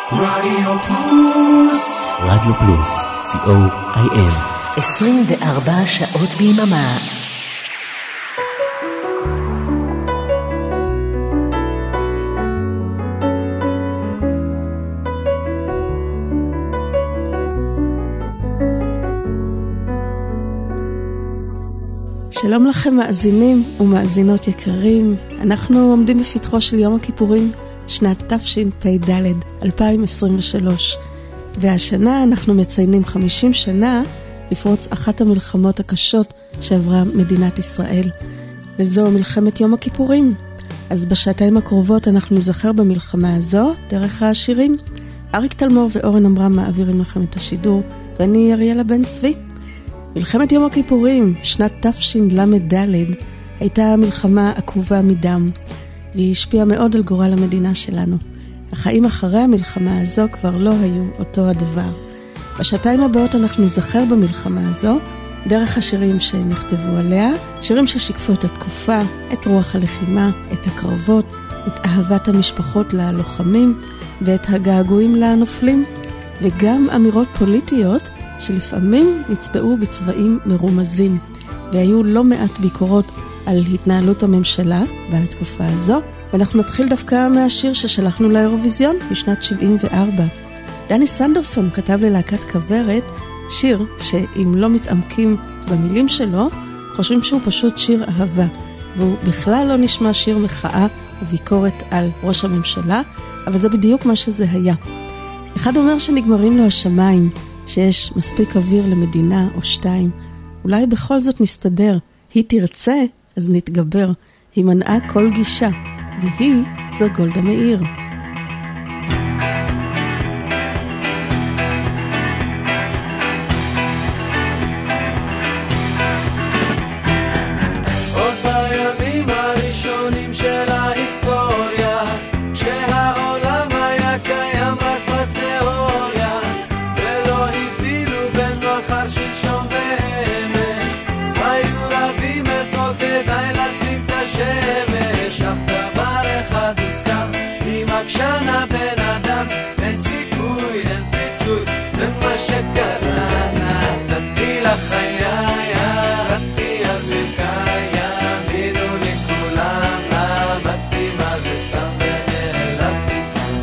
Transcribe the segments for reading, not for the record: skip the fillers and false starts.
רדיו פלוס, רדיו פלוס, co.il 24 שעות ביממה. שלום לכם מאזינים ומאזינות יקרים, אנחנו עומדים בפתחו של יום הכיפורים, שנת תשפ"ד 2023, והשנה אנחנו מציינים 50 שנה לפרוץ אחת המלחמות הקשות שעברה מדינת ישראל, וזו מלחמת יום הכיפורים. אז בשעתיים הקרובות אנחנו נזכר במלחמה הזו דרך השירים. אריק תלמור ואורן אמרם מעבירים לכם את השידור, ואני אריאלה בן צבי. מלחמת יום הכיפורים, שנת תשל"ד, הייתה מלחמה עקובה מדם, והיא השפיעה מאוד על גורל המדינה שלנו. החיים אחרי המלחמה הזו כבר לא היו אותו הדבר. בשעתיים הבאות אנחנו נזכר במלחמה הזו, דרך השירים שנכתבו עליה, שירים ששיקפו את התקופה, את רוח הלחימה, את הקרבות, את אהבת המשפחות ללוחמים, ואת הגעגועים לנופלים, וגם אמירות פוליטיות, שלפעמים נצבעו בצבעים מרומזים, והיו לא מעט ביקורות על התנהלות הממשלה בתקופה הזו. ואנחנו נתחיל דווקא מהשיר ששלחנו לאירוויזיון בשנת 74. דני סנדרסון כתב ללהקת כוורת שיר שאם לא מתעמקים במילים שלו, חושבים שהוא פשוט שיר אהבה, והוא בכלל לא נשמע שיר מחאה וביקורת על ראש הממשלה, אבל זה בדיוק מה שזה היה. אחד אומר שנגמרים לו השמיים, שיש מספיק אוויר למדינה או שתיים. אולי בכל זאת נסתדר. היא תרצה, אז נתגבר. היא מנעה כל גישה, והיא זו גולדה מאיר. עוד בימים הראשונים של ההיסטוריה, שהעולם היה קיים רק בתיאוריה, ולא הבדילו בין מחר שלשום ואמש, היו רבים איפה כדאי לשים את השמש. אף דבר אחד הוסכם, אם עקשן הבן אדם, אין סיכוי, אין פיצוי, זה מה שקרה. נתתי לחיי, ירדתי על ברכיי, יאמינו לי כולם, למדתי מה זה סתם ונעלבתי.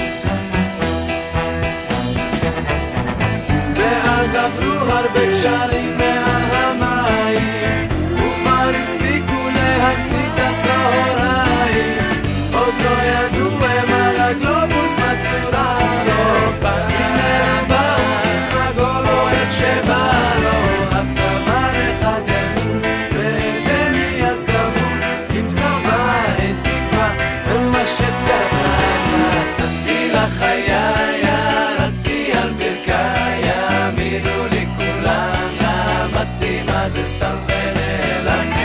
ואז עברו הרבה קשרים מעל המים, וכבר הספיקו להמציא את הצהריים, עוד לא ידעו הם על הגלובוס בצורה, לא פנים מהבית, עגול או את שבא לו, אף דבר אחד ידעו, ואת זה מיד קבעו, אם סרבה אין תקווה, זה מה שקרה. נתתי לחיי, ירדתי על ברכיי, יאמינו לי כולם, למדתי מה זה סתם ונעלבתי.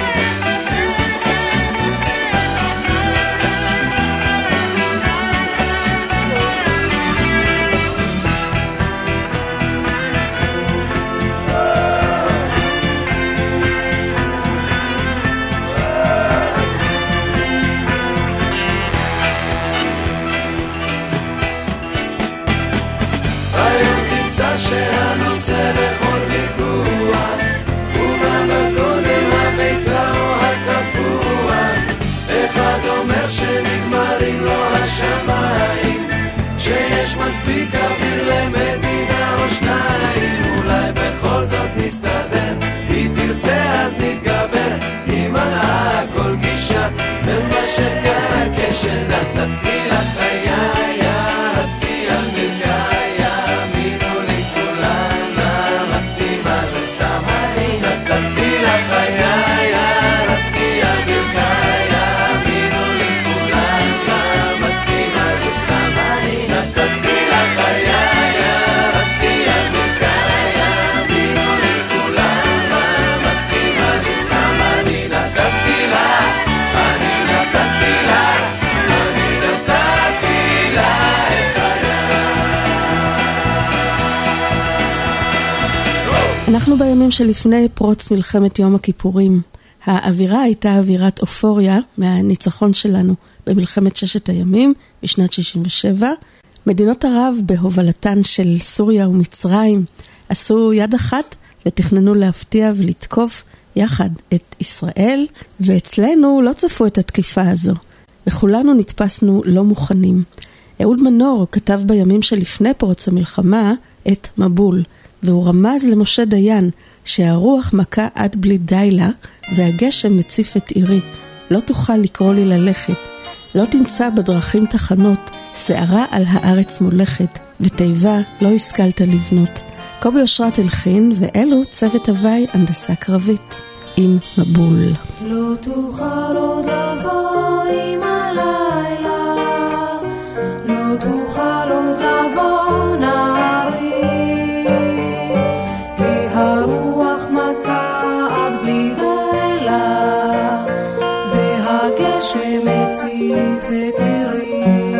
היום תמצא שהנושא לכל ויכוח, ומה קודם הביצה או התפוח. אחד אומר שנגמרים לו השמיים, שיש מספיק אוויר למדינה או שניים, אולי בכל זאת נסתדר, היא תרצה אז נתגבר, היא מנעה כל גישה, זה מה שקרה כשנתתי לחיי, ירדתי על ברכיי, יאמינו לי כולם, למדתי מה זה סתם. נתתי לחיי, ירדתי על ברכיי, יאמינו לי כולם, למדתי מה זה סתם. נתתי לחיי, ירדתי על ברכיי, יאמינו לי כולם, למדתי מה זה סתם. אני נתתי לה, אני נתתי לה, אני נתתי לה את חיי. אנחנו בימים שלפני פרוץ מלחמת יום הכיפורים. האווירה הייתה אווירת אופוריה מהניצחון שלנו במלחמת ששת הימים בשנת 67, מדינות ערב בהובלתן של סוריה ומצרים עשו יד אחת ותכננו להפתיע ולתקוף יחד את ישראל, ואצלנו לא צפו את התקיפה הזו, וכולנו נתפסנו לא מוכנים. אהוד מנור כתב בימים שלפני פרוץ המלחמה את מבול, והוא רמז למשה דיין שהרוח מכה עד בלי די לה, והגשם מציף את עירי. לא תוכל לקרוא לי ללכת, לא תמצא בדרכים תחנות, שערה על הארץ מולכת, ותיבה לא השכלת לבנות. קובי אושרת הלחין, ואלו צוות הוואי הנדסה קרבית עם מבול. לא תוכל עוד לבוא עם הלילה, לא תוכל עוד לבוא נערי, כי הרוח מכה עד בלי די לה, והגשם מציף את עירי.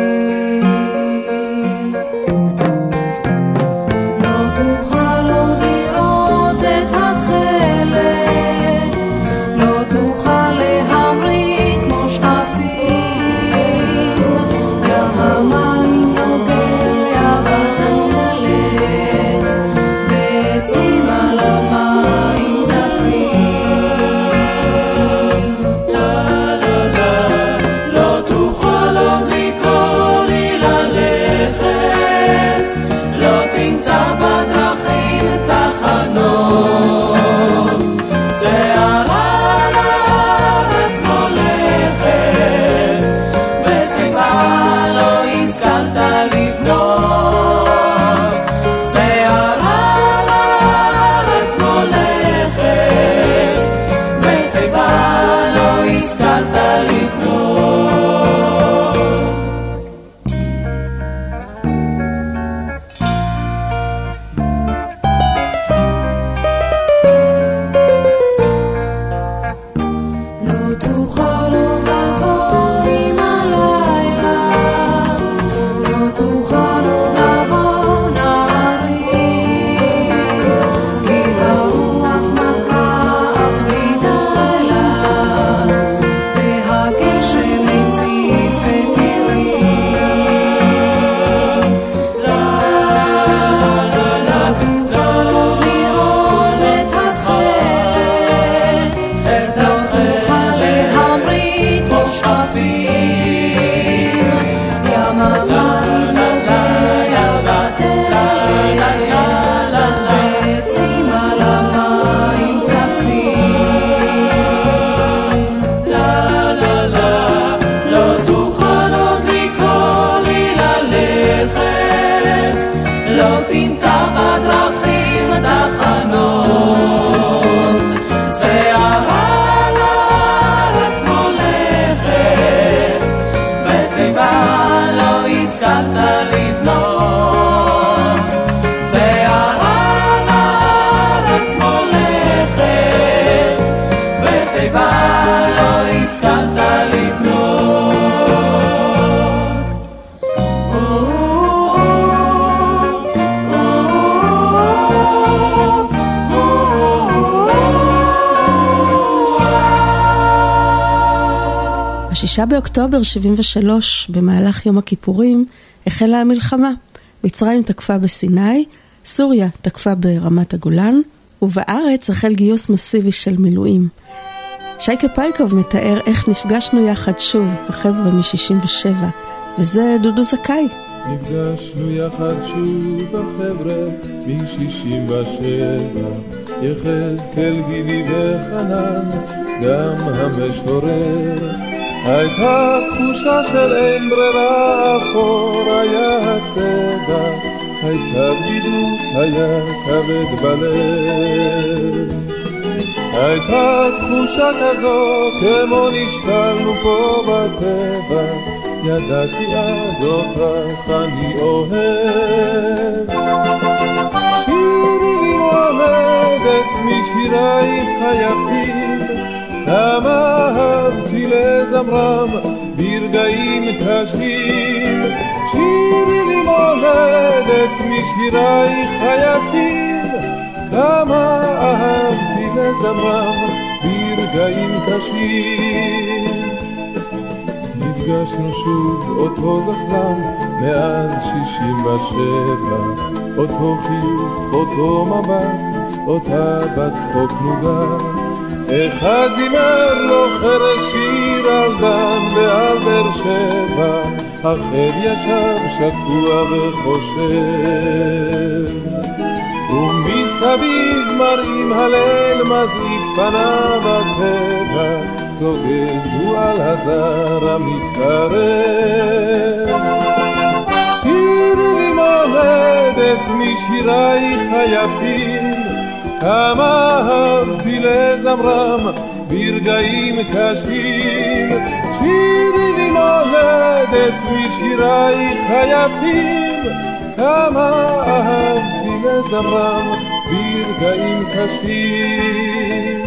ב6 באוקטובר 73, במהלך יום הכיפורים, החלה המלחמה. מצרים תקפה בסיני, סוריה תקפה ברמת הגולן, ובארץ החל גיוס מסיבי של מילואים. שייקה פייקוב מתאר איך נפגשנו יחד שוב, החבר'ה מ-67, וזה דודו זכאי. נפגשנו יחד שוב, החבר'ה מ-67, יחזקאל גידי וחנן, גם המשורר. הייתה תחושה של אין ברירה, אפור היה הצבע, הייתה בדידות, היה כבד בלב. הייתה תחושה כזו כמו נשתלנו פה בטבע, ידעתי אז אותך אני אוהב. שירי לי מועמדת משירייך היפים, כמה אהבתי לזמרם ברגעים קשים. שירי לי מולדת משירייך היפים, כמה אהבתי לזמרם ברגעים קשים. נפגשנו שוב אותו זחלם, מאז 67, אותו חיוך, אותו מבט, אותה בת צחוק נוגה. אחד זימר לו חרש שיר על דן ועל באר שבע, אחר ישב שקוע וחושב. ומסביב מראים הליל מזעיף פניו הטבע, תוגזו על הזר המתקרב. שירי מולדת משירייך היפים, כמה אהבתי לזמרם ברגעים קשים. שירי מולדת משירייך היפים, כמה אהבתי לזמרם ברגעים קשים.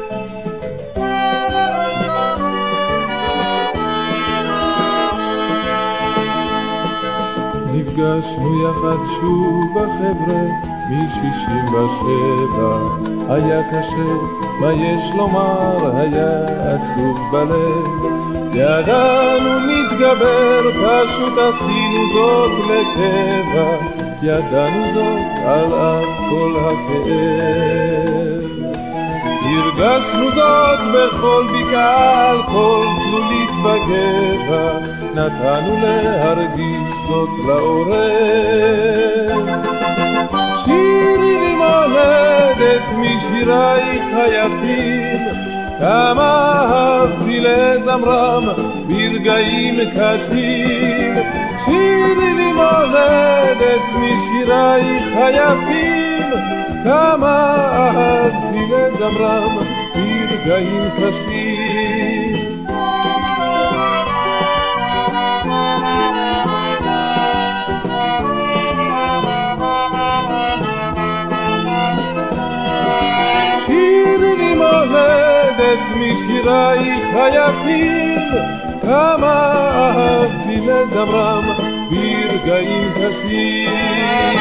נפגשנו יחד שוב החבר'ה מ-67, היה קשה, מה יש לומר, היה עצוב בלב. ידענו נתגבר, פשוט עשינו זאת לקבע, ידענו זאת על אף כל הכאב. הרגשנו זאת בכל בקעה, על כל תלולית בגבע, נתנו להרגיש זאת לעורר. שירי לי מולדת משירייך היפים, כמה אהבתי לזמרם ברגעים קשים. שירי לי מולדת משירייך היפים, כמה אהבתי לזמרם ברגעים קשים. שירי לי מולדת משירייך היפים, כמה אהבתי לזמרם ברגעים קשים.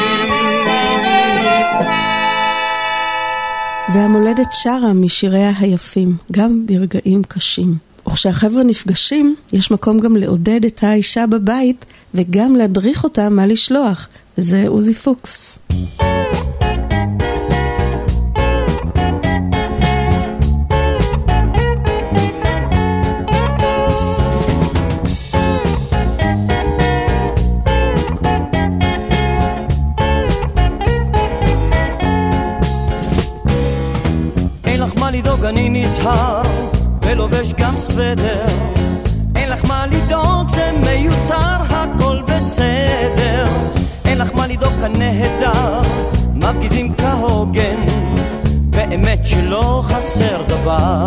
והמולדת שרה משיריה היפים, גם ברגעים קשים. וכשהחבר'ה נפגשים, יש מקום גם לעודד את האישה בבית, וגם להדריך אותה מה לשלוח, וזה עוזי פוקס. אני נזהר ולובש גם סוודר, אין לך מה לדאוג, זה מיותר, הכל בסדר. אין לך מה לדאוג, כאן נהדר, מפגיזים כהוגן, באמת שלא חסר דבר.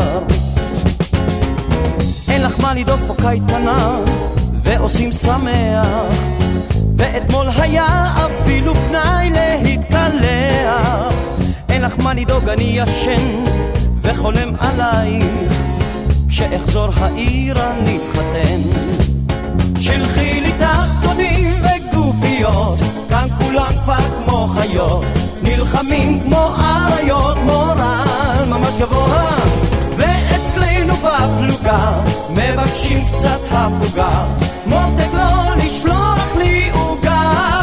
אין לך מה לדאוג, פה קייטנה ועושים שמח, ואתמול היה אפילו פנאי להתקלח. אין לך מה לדאוג, אני ישן וחולם עלייך, כשאחזור העיר אני אתחתן. שלחי לי תחתונים וגופיות, כאן כולם כבר כמו חיות, נלחמים כמו אריות, מורל ממש גבוה. ואצלנו בפלוגה מבקשים קצת הפוגה, מותק לא לשלוח לי עוגה.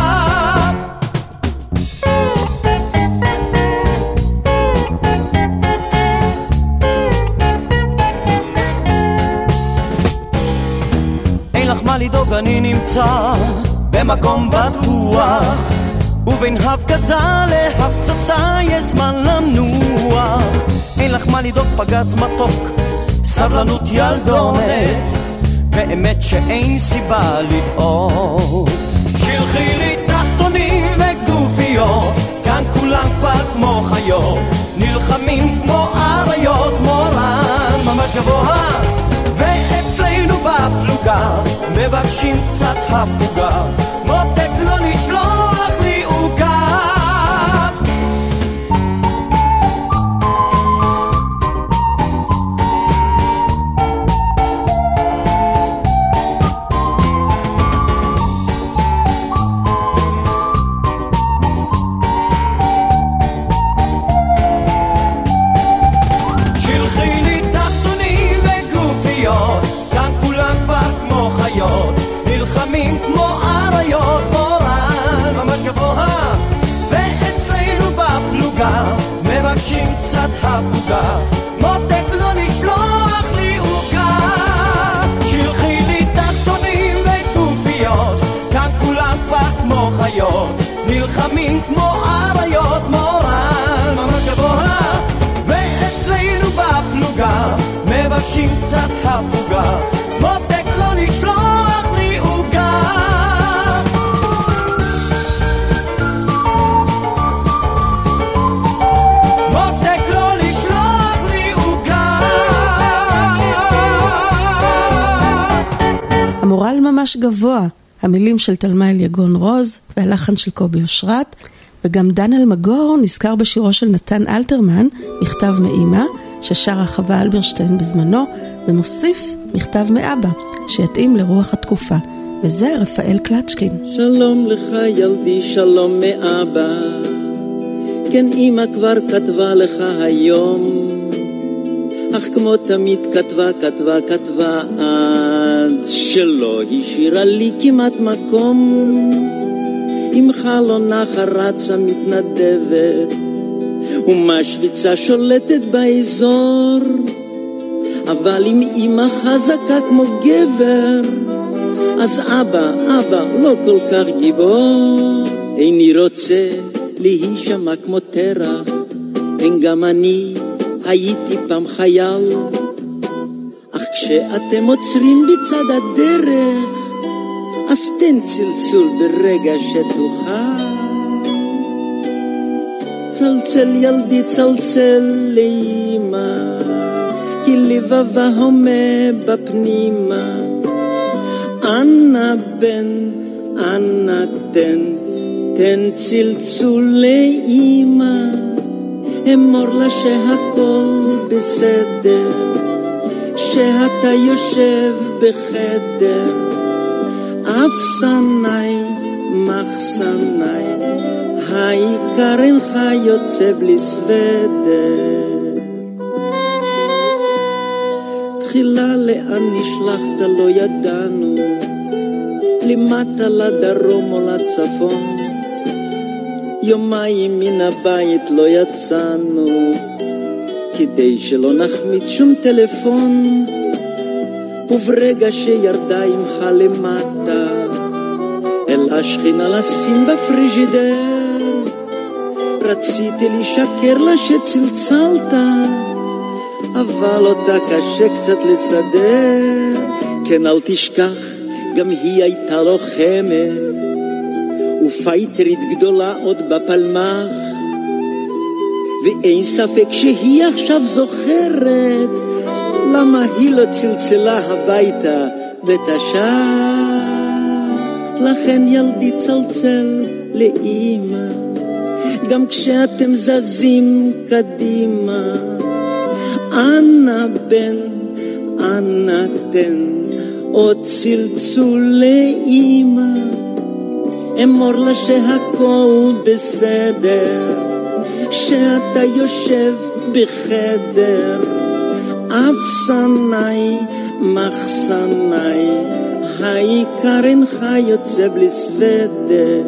מה לדאוג, אני נמצא במקום בטוח, ובין הפגזה להפצצה יש זמן לנוח. אין לך מה לדאוג, פגז מתוק, סבלנות ילדונת, באמת שאין סיבה לדאוג. שלחי לי תחתונים וגופיות, כאן כולם כבר כמו חיות, נלחמים כמו אריות, מורל ממש גבוה. ואצלנו בפלוגה מבקשים קצת הפוגה, מותק לא לשלוח לי עוגה. נלחמים כמו חכמים כמו אריות מורן ממש גבוה, ואצלנו בפלוגה מבקשים קצת הפוגה, מותק לא לשלוח לי עוגה. מותק לא לשלוח לי עוגה. המורל ממש גבוה, המילים של תלמה אליגון רוז והלחן של קובי אושרת, וגם דן אלמגור נזכר בשירו של נתן אלתרמן, מכתב מאמא, ששרה חווה אלברשטיין בזמנו, ומוסיף מכתב מאבא, שיתאים לרוח התקופה, וזה רפאל קלצ'קין. שלום לך ילדי, שלום מאבא, כן אמא כבר כתבה לך היום, אך כמו תמיד כתבה עד שלא השאירה לי כמעט מקום, עם חלונה חרצה מתנדבת ומשוויצה שולטת באזור, אבל אם אמא חזקה כמו גבר, אז אבא לא כל כך גיבור. איני רוצה להישמע כמו תרח, אין גם אני הייתי פעם חייל, אך כשאתם עוצרים בצד הדרך, אז תן צלצול ברגע שתוכל. צלצל ילדי צלצל לאמא, כי לבבה הומה בפנימה. אנא בן, אנא תן צלצול לאמא, אמור לה שהכל בסדר, שאתה יושב בחדר, אפסני מחסני, העיקר אינך יוצא בלי סוודר. תחילה לאן נשלחת לא ידענו, למטה לדרום או לצפון, יומיים מן הבית לא יצאנו, כדי שלא נחמיץ שום טלפון. וברגע שירדה עמך למטה, אל השכינה לשים בפריג'ידר, רציתי לשקר לה שצלצלת, אבל אותה קשה קצת לסדר. כן אל תשכח, גם היא הייתה לוחמת ופייטרית גדולה עוד בפלמח, ואין ספק שהיא עכשיו זוכרת למה היא לא צלצלה הביתה בתש"ח. לכן ילדי צלצל לאמא, גם כשאתם זזים קדימה. אנא בן, אנא תן עוד צלצול לאמא, אמור לה שהכל בסדר, שאתה יושב בחדר, אפסני מחסני, העיקר אינך יוצא בלי סוודר.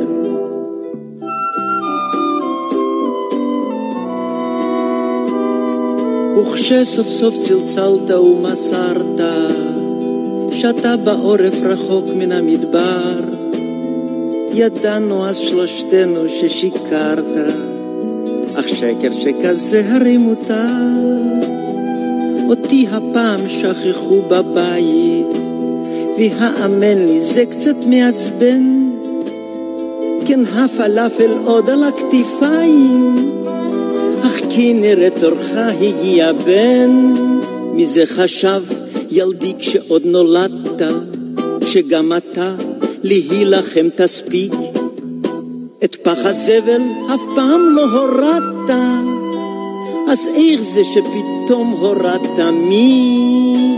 וכשסוף סוף צלצלת ומסרת שאתה בעורף רחוק מן המדבר, ידענו אז שלושתנו ששיקרת, אך שקר שכזה הרי מותר. אותי הפעם שכחו בבית, והאמן לי זה קצת מעצבן, כן הפלאפל עוד על הכתפיים, אך כנראה תורך הגיע בן. מזה חשב ילדי כשעוד נולדת, שגם אתה להילחם תספיק, את פח הזבל אף פעם לא הורדת, אז איך זה שפתאום הורדת מי?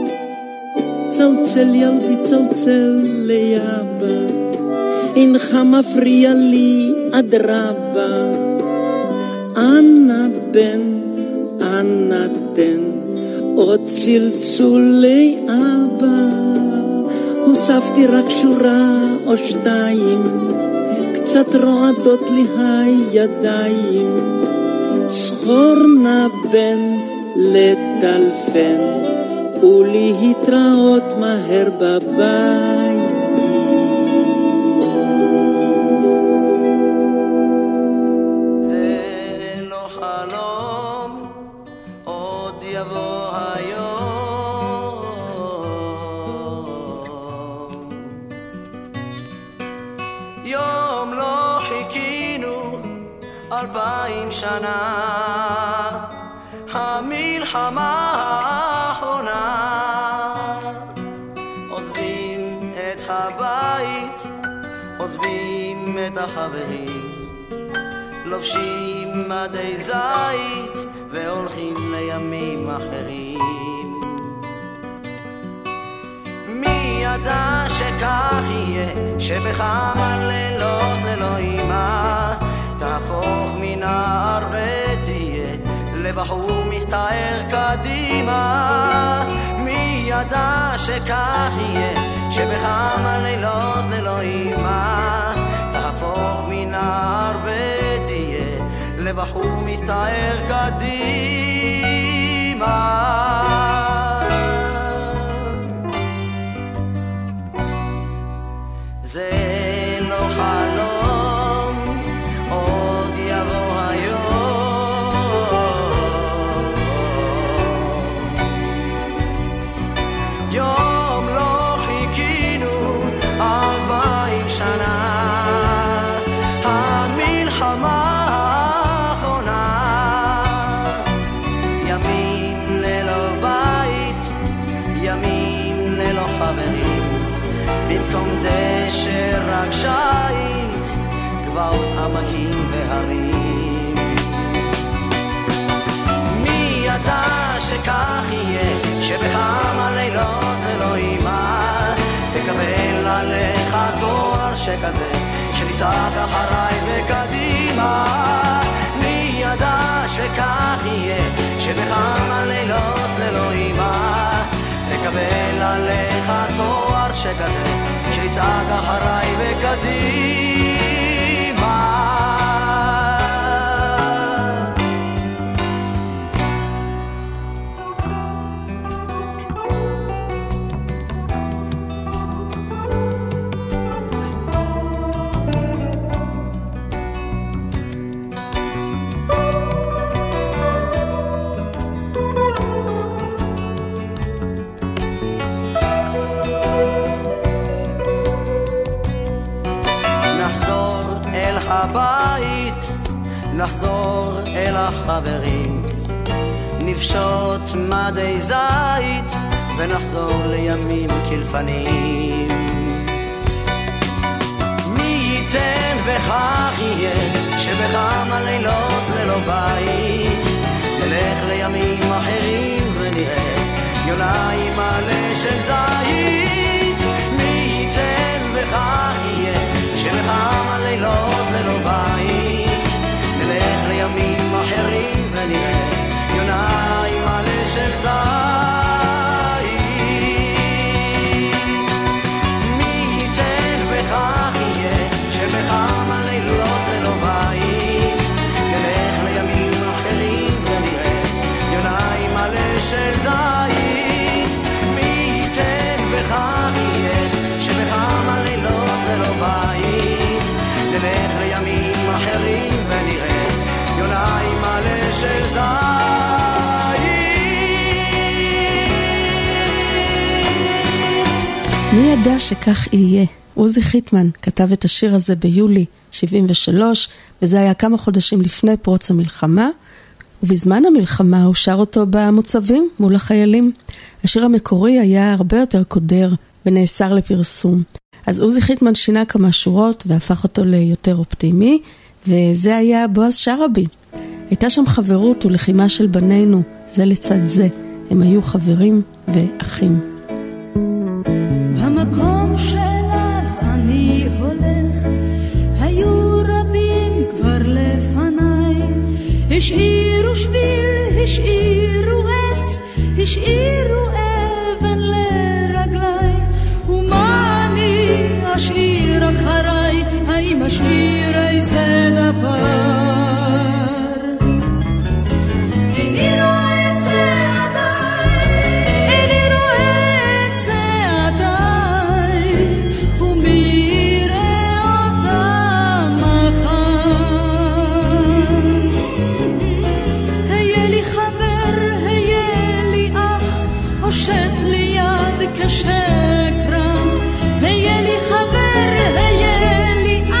צלצל ילדי צלצל לאבא, אינך מפריע לי אדרבה. אנא בן, אנא תן עוד צלצול לאבא, הוספתי רק שורה או שתיים, קצת רועדות לי הידיים. זכור נא בן לטלפן ולהתראות מהר בבית. יום לא חיכינו 2000 שנה, המלחמה האחרונה. עוזבים את הבית, עוזבים את החברים, לובשים מדי זית והולכים לימים אחרים. מי ידע שכך יהיה, שבכמה לילות ללא אימה תהפוך מנער ותהיה לבחור מסתער קדימה. מי ידע שכך יהיה, שבכמה לילות ללא אימה תהפוך מנער ותהיה לבחור מסתער קדימה. זה לא חלום, עוד יבוא היום. יום לא חיכינו 2000 שנה, המלחמה האחרונה. ימים ללא בית, ימים ללא חברים, במקום דשא רק שית, גבעות עמקים והרים. מי ידע שכך יהיה, שבכמה לילות ללא אימה תקבל עליך תואר שכזה, שתצעק אחריי וקדימה. מי ידע שכך יהיה, שבכמה לילות ללא אימה תקבל עליך תואר שכזה, שתצעק אחריי וקדימה. הבית, נחזור אל החברים, נפשוט מדי זית ונחזור לימים כלפנים. מי ייתן וכך יהיה, שבכמה לילות ללא בית נלך לימים אחרים ונראה יונה עם מלא של זית. מי ייתן וכך יהיה, שבכמה לילות ללא בית נלך לימים אחרים ונראה יונה עם מלא של זית. מי ייתן וכך יהיה, שבכמה לילות ללא בית נלך לימים אחרים ונראה יונה עם מלא של זית. מי ייתן וכך יהיה, שבכמה לילות ללא בית נלך לימים אחרים ונראה יונה עם מלא של זית. מי ידע שכך יהיה? עוזי חיטמן כתב את השיר הזה ביולי 73, וזה היה כמה חודשים לפני פרוץ המלחמה, ובזמן המלחמה הוא שר אותו במוצבים מול החיילים. השיר המקורי היה הרבה יותר קודר ונאסר לפרסום. אז עוזי חיטמן שינה כמה שורות והפך אותו ליותר אופטימי, וזה היה בועז שרעבי. הייתה שם חברות ולחימה של בנינו, זה לצד זה. הם היו חברים ואחים. במקום שאליו אני הולך, היו רבים כבר לפניי, השאירו שביל, השאירו עץ, השאירו אבן לרגליי. ומה אני אשאיר אחריי, האם אשאיר איזה דבר? איני רואה את צעדיי, איני רואה את צעדיי, ומי יראה אותם מחר? היה לי חבר, היה לי אח, הושט לי יד כשקרם. היה לי חבר, היה לי אח,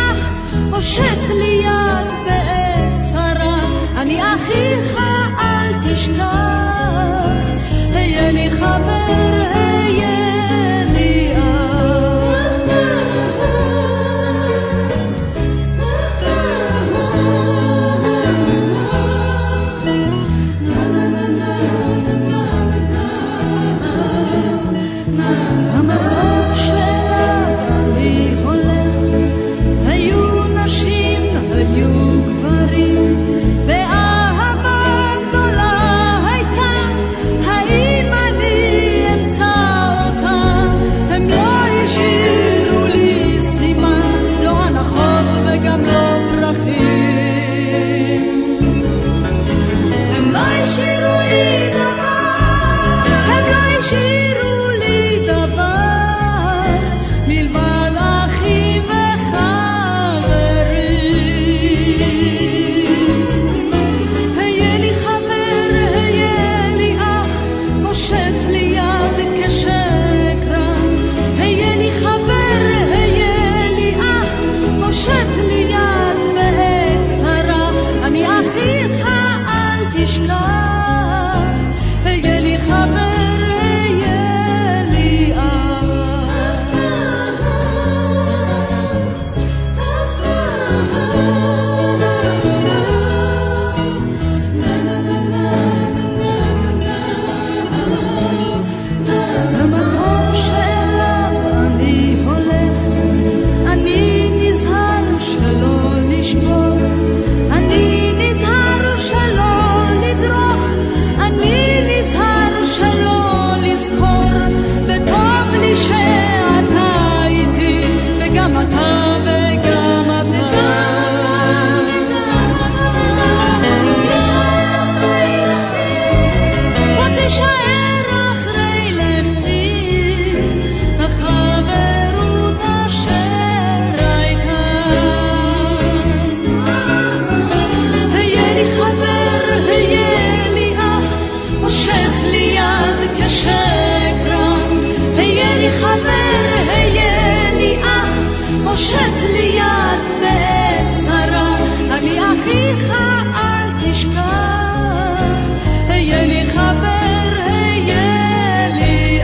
הושט לי יד בעת צרה, אני אחיך אל תשכח, היה לי חבר, היה לי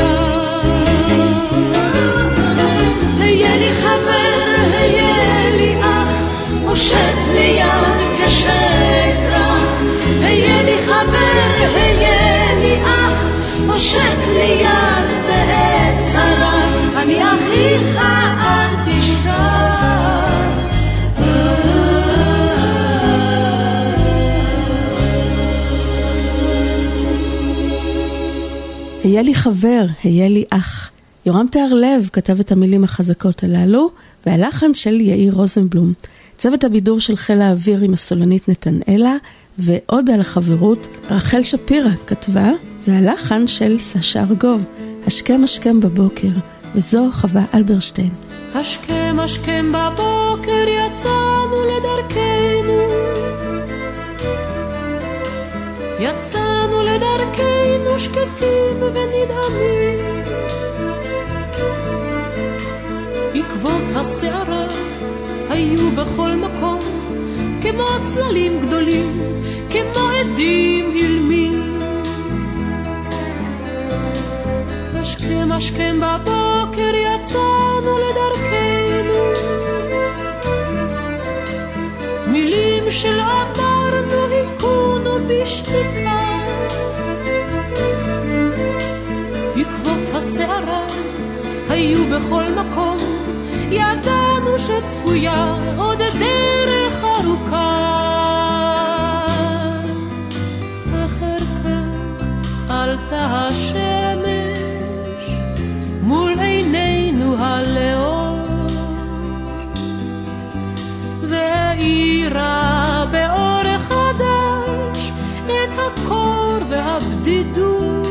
היה לי חבר, היה לי אח, הושט לי יד כשקרה, היה לי חבר, היה לי אח, הושט לי יד בעת צרה, אני אחיך אל תשכח. היה לי חבר, היה לי אח. יורם תיארלב כתב את המילים החזקות הללו, והלחן של יאיר רוזנבלום. צוות הבידור של חיל האוויר עם הסולנית נתנאלה, ועוד על החברות רחל שפירא כתבה, והלחן של סשה ארגוב, השכם השכם בבוקר, וזו חווה אלברשטיין. השכם השכם בבוקר יצאנו לדרכנו, יצאנו לדרכנו שקטים ונדהמים, עקבות השערה היו בכל מקום, כמו צללים גדולים, כמו עדים אילמים. השכם השכם בבוקר יצאנו לדרכנו, מילים שלא אמרנו היכונו בשתיקה, עקבות השערה היו בכל מקום, ידענו שצפויה עוד דרך ארוכה. אחר כך עלתה השמש מול עינינו הלאות, והאירה באור חדש את הקור והבדידות,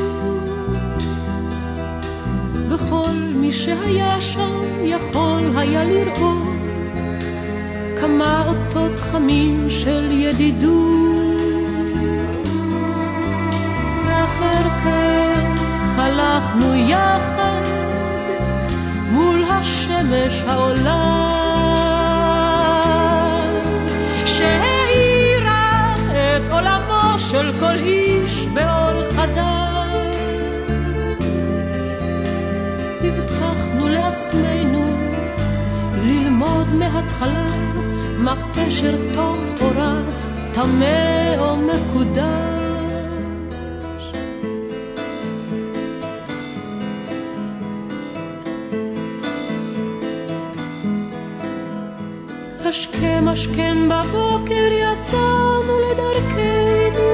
וכל מי שהיה שם יכול היה לראות כמה אותות חמים של ידידות. אחר כך הלכנו יחד מול השמש העולה, שהאירה את עולמו של כל איש באור חדש. הבטחנו לעצמנו ללמוד מההתחלה מה קשר טוב או רע, טמא או מקודש. השכם השכם בבוקר יצאנו לדרכנו,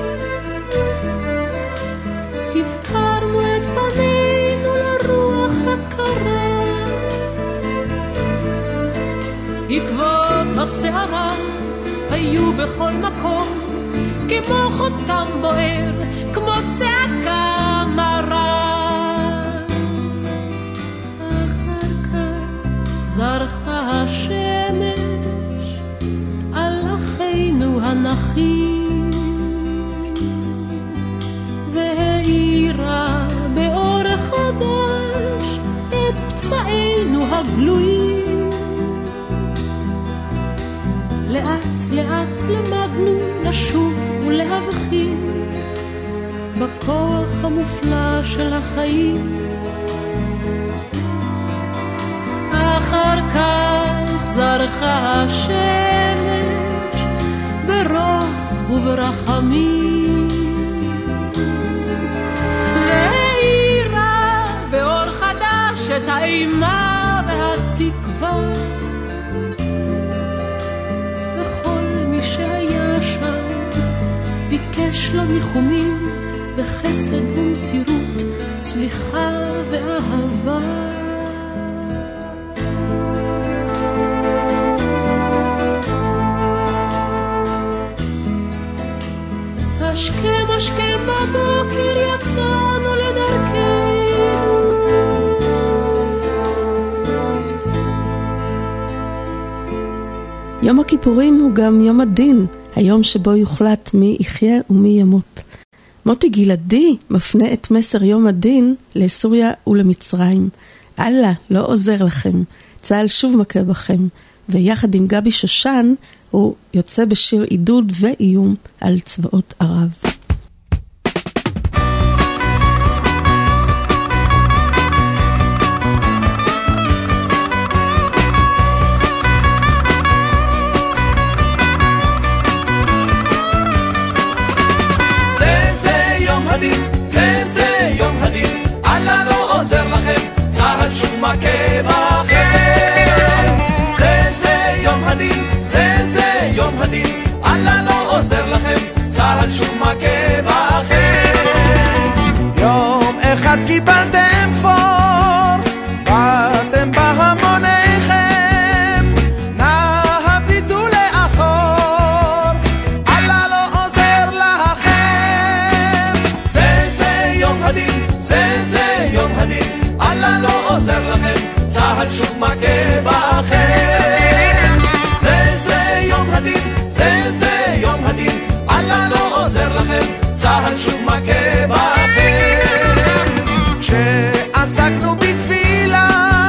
הבקרנו את פנינו לרוח הקרה, עקבות השערה היו בכל מקום, כמו חותם בוער, כמו צעקה מרה. אחר כך זרחה השמש על אחינו הנחים, והאירה באור חדש את פצעינו הגלויים. לאט לאט למדנו לשוב ולהבחין בכוח המופלא של החיים. אחר כך זרחה השמש ברוך וברחמים, והאירה באור חדש את האימה והתקווה. ביקש לו ניחומים בחסד ומסירות, סליחה ואהבה. השכם השכם בבוקר יצאנו לדרכנו, יום הכיפורים הוא גם יום הדין, היום שבו יוחלט מי יחיה ומי ימות. מוטי גלעדי מפנה את מסר יום הדין לסוריה ולמצרים. אללה לא עוזר לכם, צה"ל שוב מכה בכם, ויחד עם גבי שושן הוא יוצא בשיר עידוד ואיום על צבאות ערב. זה יום הדין, אללה לא עוזר לכם, צהל שוב מכה בכם. זה יום הדין, זה יום הדין, אללה לא עוזר לכם, צהל שוב מכה בכם. יום אחד קיבלתם פור, באתם בהמוניכם, נא הביטו לאחור, אללה לא עוזר לכם. זה יום הדין, זה יום הדין, אללה לא עוזר לכם, צהל שוב מכה בכם. זה יום הדין, זה יום הדין, אללה לא עוזר לכם, צהל שוב מכה בכם. כשעסקנו בתפילה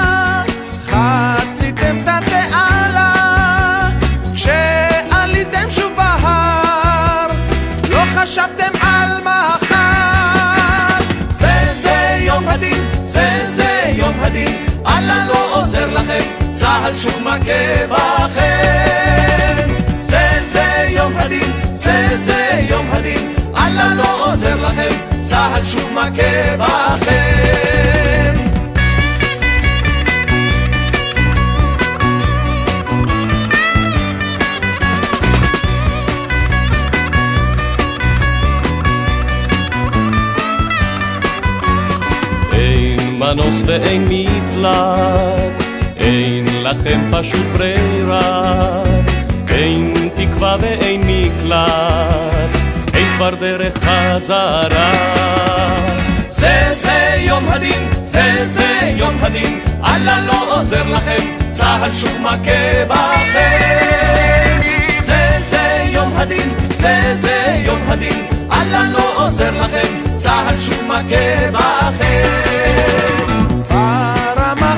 חציתם את התעלה, כשעליתם שוב בהר לא חשבתם על מחר. זה יום הדין, זה יום הדין, אללה לא עוזר לכם, צהל שוב מכה בכם. זה יום הדין, זה יום הדין, אללה לא עוזר לכם, צהל שוב מכה בכם. אין מנוס ואין מפלט, אין לכם פשוט ברירה, אין תקווה ואין מקלט, אין כבר דרך חזרה. זה יום הדין, זה יום הדין, אללה לא עוזר לכם, צהל שוב מכה בכם. זה יום הדין, זה יום הדין, אללה לא עוזר לכם, צהל שוב מכה בכם. ברמה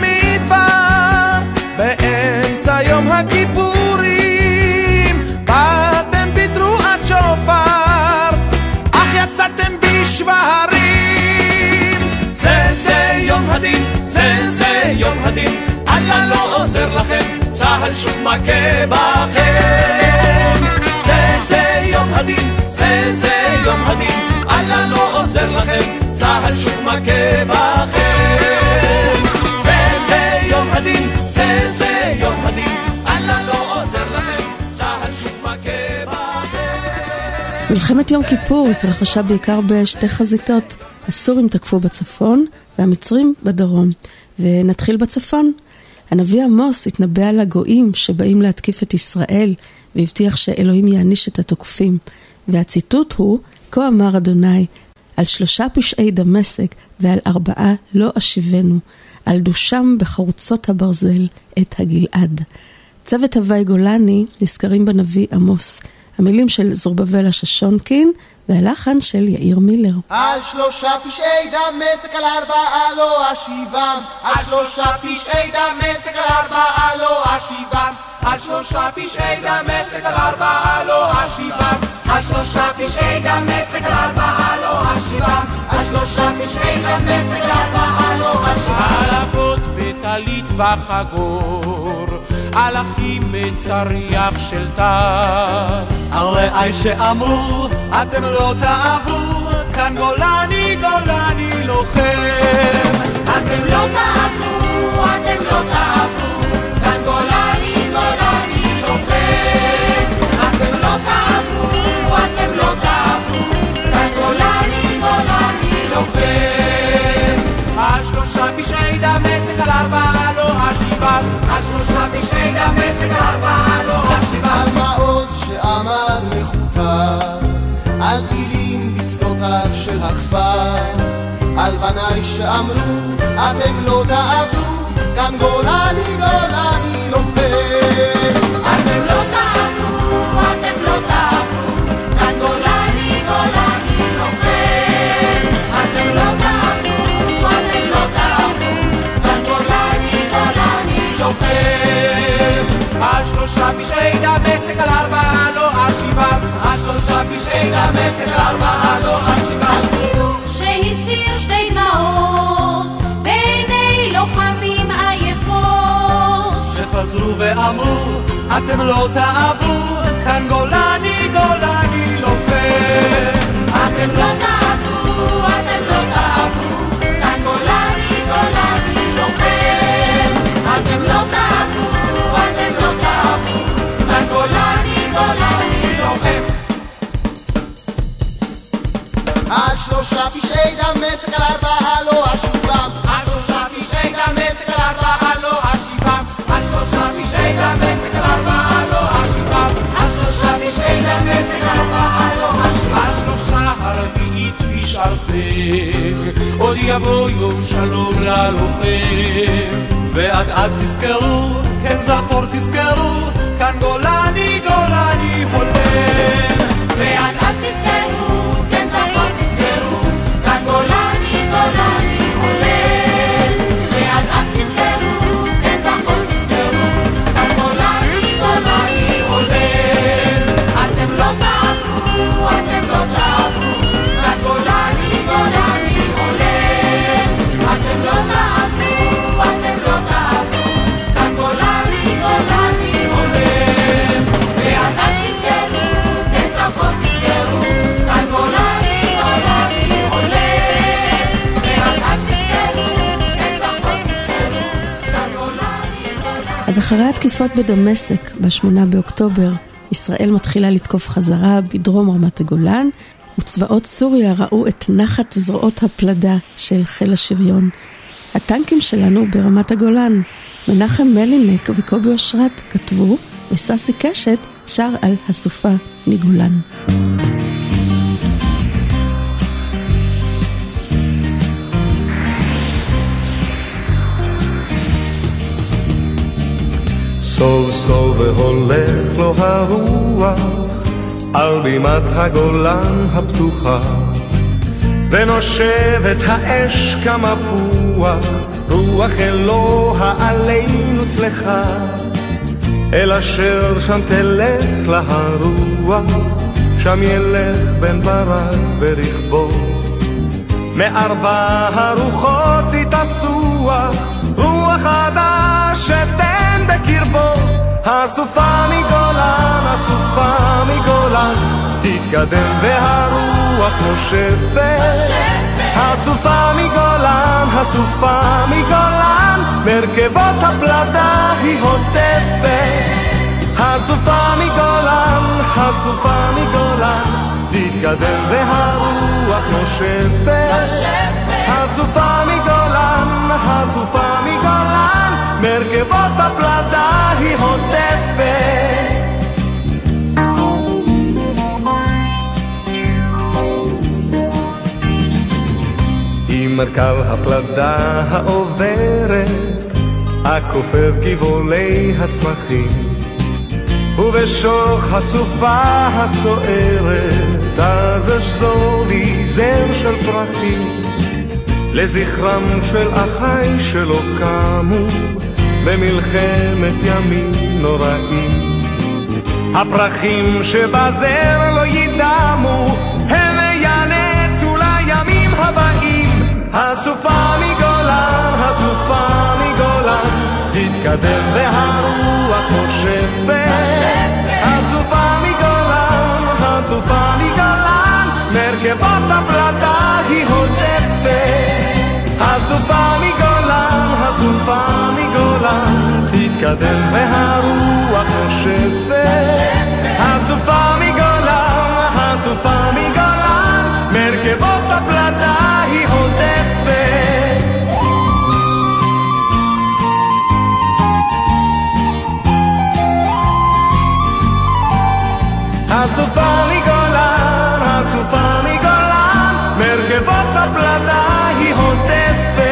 ובמדבר, באמצע יום הכיפורים, באתם בתרועת שופר, אך יצאתם בשברים. זה יום הדין, זה יום הדין, אללה לא עוזר לכם, צהל שוב מכה בכם. זה יום הדין, זה יום הדין, אללה לא עוזר לכם, צהל שוב מכה בכם. זה יום הדין, זה יום הדין, אללה לא עוזר לכם, צהל שוב מכה בכם. מלחמת יום כיפור התרחשה בעיקר בשתי חזיתות. הסורים תקפו בצפון והמצרים בדרום. ונתחיל בצפון. הנביא עמוס התנבא על הגויים שבאים להתקיף את ישראל, והבטיח שאלוהים יעניש את התוקפים. והציטוט הוא, כה אמר אדוני, על 3 פשעי דמשק ועל 4 לא אשיבנו, על דושם בחרוצות הברזל את הגלעד. צוות הווי גולני נזכרים בנביא עמוס, המילים של זרובבל הששונקין והלחן של יאיר מילר. על 3 פשעי דמשק על 4 לא אשיבם, על 3 פשעי דמשק על 4 לא אשיבם, על 3 פשעי דמשק על 4 לא אשיבם, על 3 פשעי דמשק על 4 לא אשיבם, על 3 פשעי דמשק על 4 לא אשיבם. על אבות בטלית וחגור, על אחים מצריח של תת, על רעי שאמרו אתם לא תעברו, כאן גולני גולני לוחם. אתם לא תעברו, אתם לא תעברו, כאן גולני גולני לוחם. אתם לא תעברו, אתם לא תעברו, כאן גולני גולני לוחם. על 3 פשעי דמשק על 4 לא אשיבם, על 3 פשעי דמשק על 4 לא אשיבם. על מעוז שעמד מחוטר, על טילים בשדותיו של הכפר, על בניי שאמרו אתם לא תעברו, כאן גולני גולני לוחם. אתם לא תעברו, אתם לא תעברו, כאן גולני גולני לוחם. אתם לא תעברו, אתם לא תעברו, כאן גולני גולני על 3 פשעי דמשק על 4 לא אשיבם על 3 פשעי דמשק על 4 לא אשיבם על חיוך שהסתיר 2 דמעות בעיני לוחמים עייפות שחזרו ואמרו אתם לא תעברו כאן גולני גולני לוחם אתם לא תעברו אתם לא תעברו כאן גולני גולני לוחם אתם לא תעברו אתם לא תעברו כאן גולני גולני לוחם על 3 פשעי דמשק על 4 לא אשיבם על 3 פשעי דמשק על 4 לא אשיבם על 3 פשעי דמשק על 4 לא אשיבם על 3 פשעי דמשק על 4 לא אשיבם על 3 הרביעית משרפק עוד יבוא יום שלום ללוחם ועד אז תזכרו כן זכור תזכרו כאן גולני גולני חולם ועד אז תזכרו כן זכור תזכרו כאן גולני גולני חולם ועד אז תזכרו כן זכור תזכרו כאן גולני גולני חולם אתם לא תעברו אתם לא תעברו כאן גולני גולני חולם אתם לא תעברו אתם לא תעברו כאן גולני גולני חולם ועד אז תזכרו כן זכור תזכרו כאן גולני גולני חולם ועד אז תזכרו כן זכור תזכרו כאן גולני גולני. אז אחרי התקיפות בדמשק ב8 באוקטובר, ישראל מתחילה לתקוף חזרה בדרום רמת הגולן, וצבאות סוריה ראו את נחת זרועות הפלדה של חיל השריון. הטנקים שלנו ברמת הגולן. מנחם מלינק וקובי אושרת כתבו, וססי קשת שר על הסופה מגולן. סוף סוף והולך לו הרוח על בימת הגולן הפתוחה ונושבת האש כמפוח רוח אלוה עלינו צלחה אל אשר שם תלך לה הרוח שם ילך בן ברק ורכבו מארבע הרוחות תתאסוח רוח חדש שתן בקרבו הסופה מגולן, הסופה מגולן תתקדם והרוח נושבת הסופה מגולן, הסופה מגולן מרכבות הפלדה היא הוטפת הסופה מגולן, הסופה מגולן תתקדם והרוח נושבת הסופה מגולן, הסופה מגולן מרכבות הפלדה היא הוטפת עם מרכב הפלדה העוברת הכופף גבעולי הצמחים ובשוך הסופה הסוערת אז אשזור לי זר של פרחים לזכרם של אחי שלא קמו במלחמת ימים נוראים הפרחים שבזר לא ידמו הם ינצו לימים הבאים הסופה מגולן, הסופה מגולן תתקדם והרוח נושבת הסופה מגולן, הסופה מגולן מרכבות הפלדה היא הוטפת הסופה מגולן, הסופה מגולן תתקדם והרוח נושבת הסופה מגולן, הסופה מגולן מרכבות הפלדה היא הוטפת הסופה מגולן, הסופה מגולן מרכבות הפלדה היא הוטפת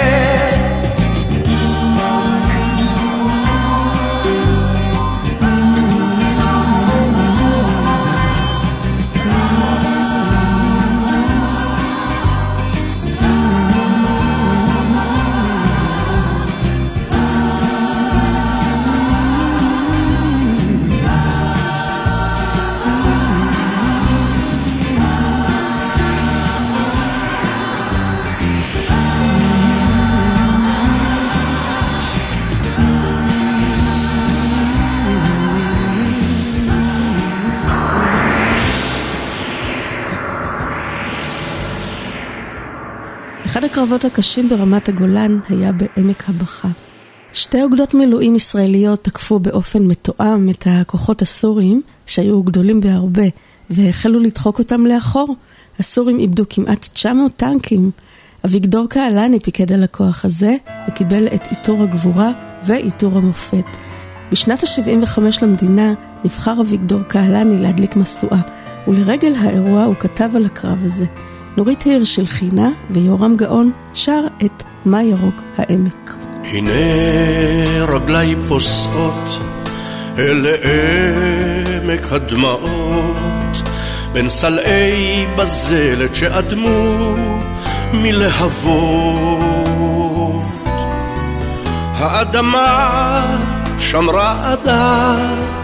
הקרבות הקשים ברמת הגולן היה בעמק הבכה. שתי אוגדות מילואים ישראליות תקפו באופן מתואם את הכוחות הסוריים, שהיו גדולים בהרבה, והחלו לדחוק אותם לאחור. הסורים איבדו כמעט 900 טנקים. אביגדור קהלני פיקד על הכוח הזה, וקיבל את עיטור הגבורה ועיטור המופת. בשנת ה-75 למדינה נבחר אביגדור קהלני להדליק משואה, ולרגל האירוע הוא כתב על הקרב הזה. נורית הירש הלחינה ויורם גאון שר את מה ירוק העמק. הנה רגלי פוסעות אל עמק הדמעות, בין סלעי בזלת שאדמו מלהבות. האדמה שם רעדה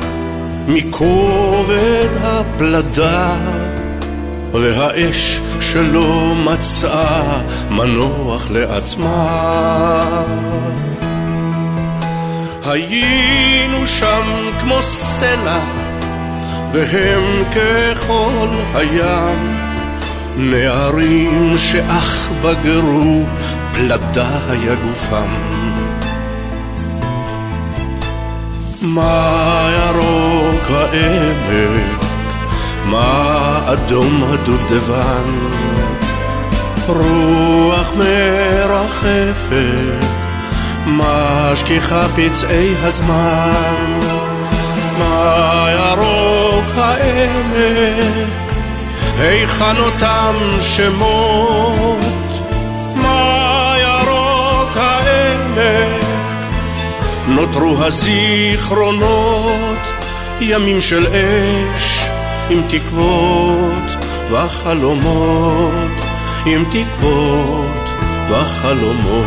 מכובד הפלדה, והאש שלא מצאה מנוח לעצמה. היינו שם כמו סלע והם ככל הים, נערים שאך בגרו פלדה היה גופם. מה ירוק העמק, מה אדום הדובדבן, רוח מרחפת, משכיחה פצעי הזמן. מה ירוק העמק, היכן אותם שמות. מה ירוק העמק, נותרו הזיכרונות, ימים של אש עם תקוות וחלומות, עם תקוות וחלומות.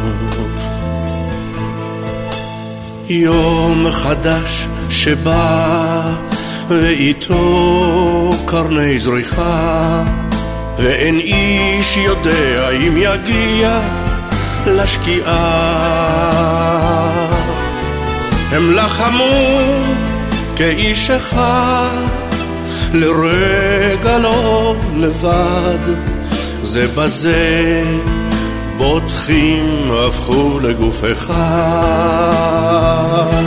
יום חדש שבא ואיתו קרני זריחה, ואין איש יודע אם יגיע לשקיעה. הם לחמו כאיש אחד, לרגע לא לבד, זה בזה בוטחים הפכו לגוף אחד.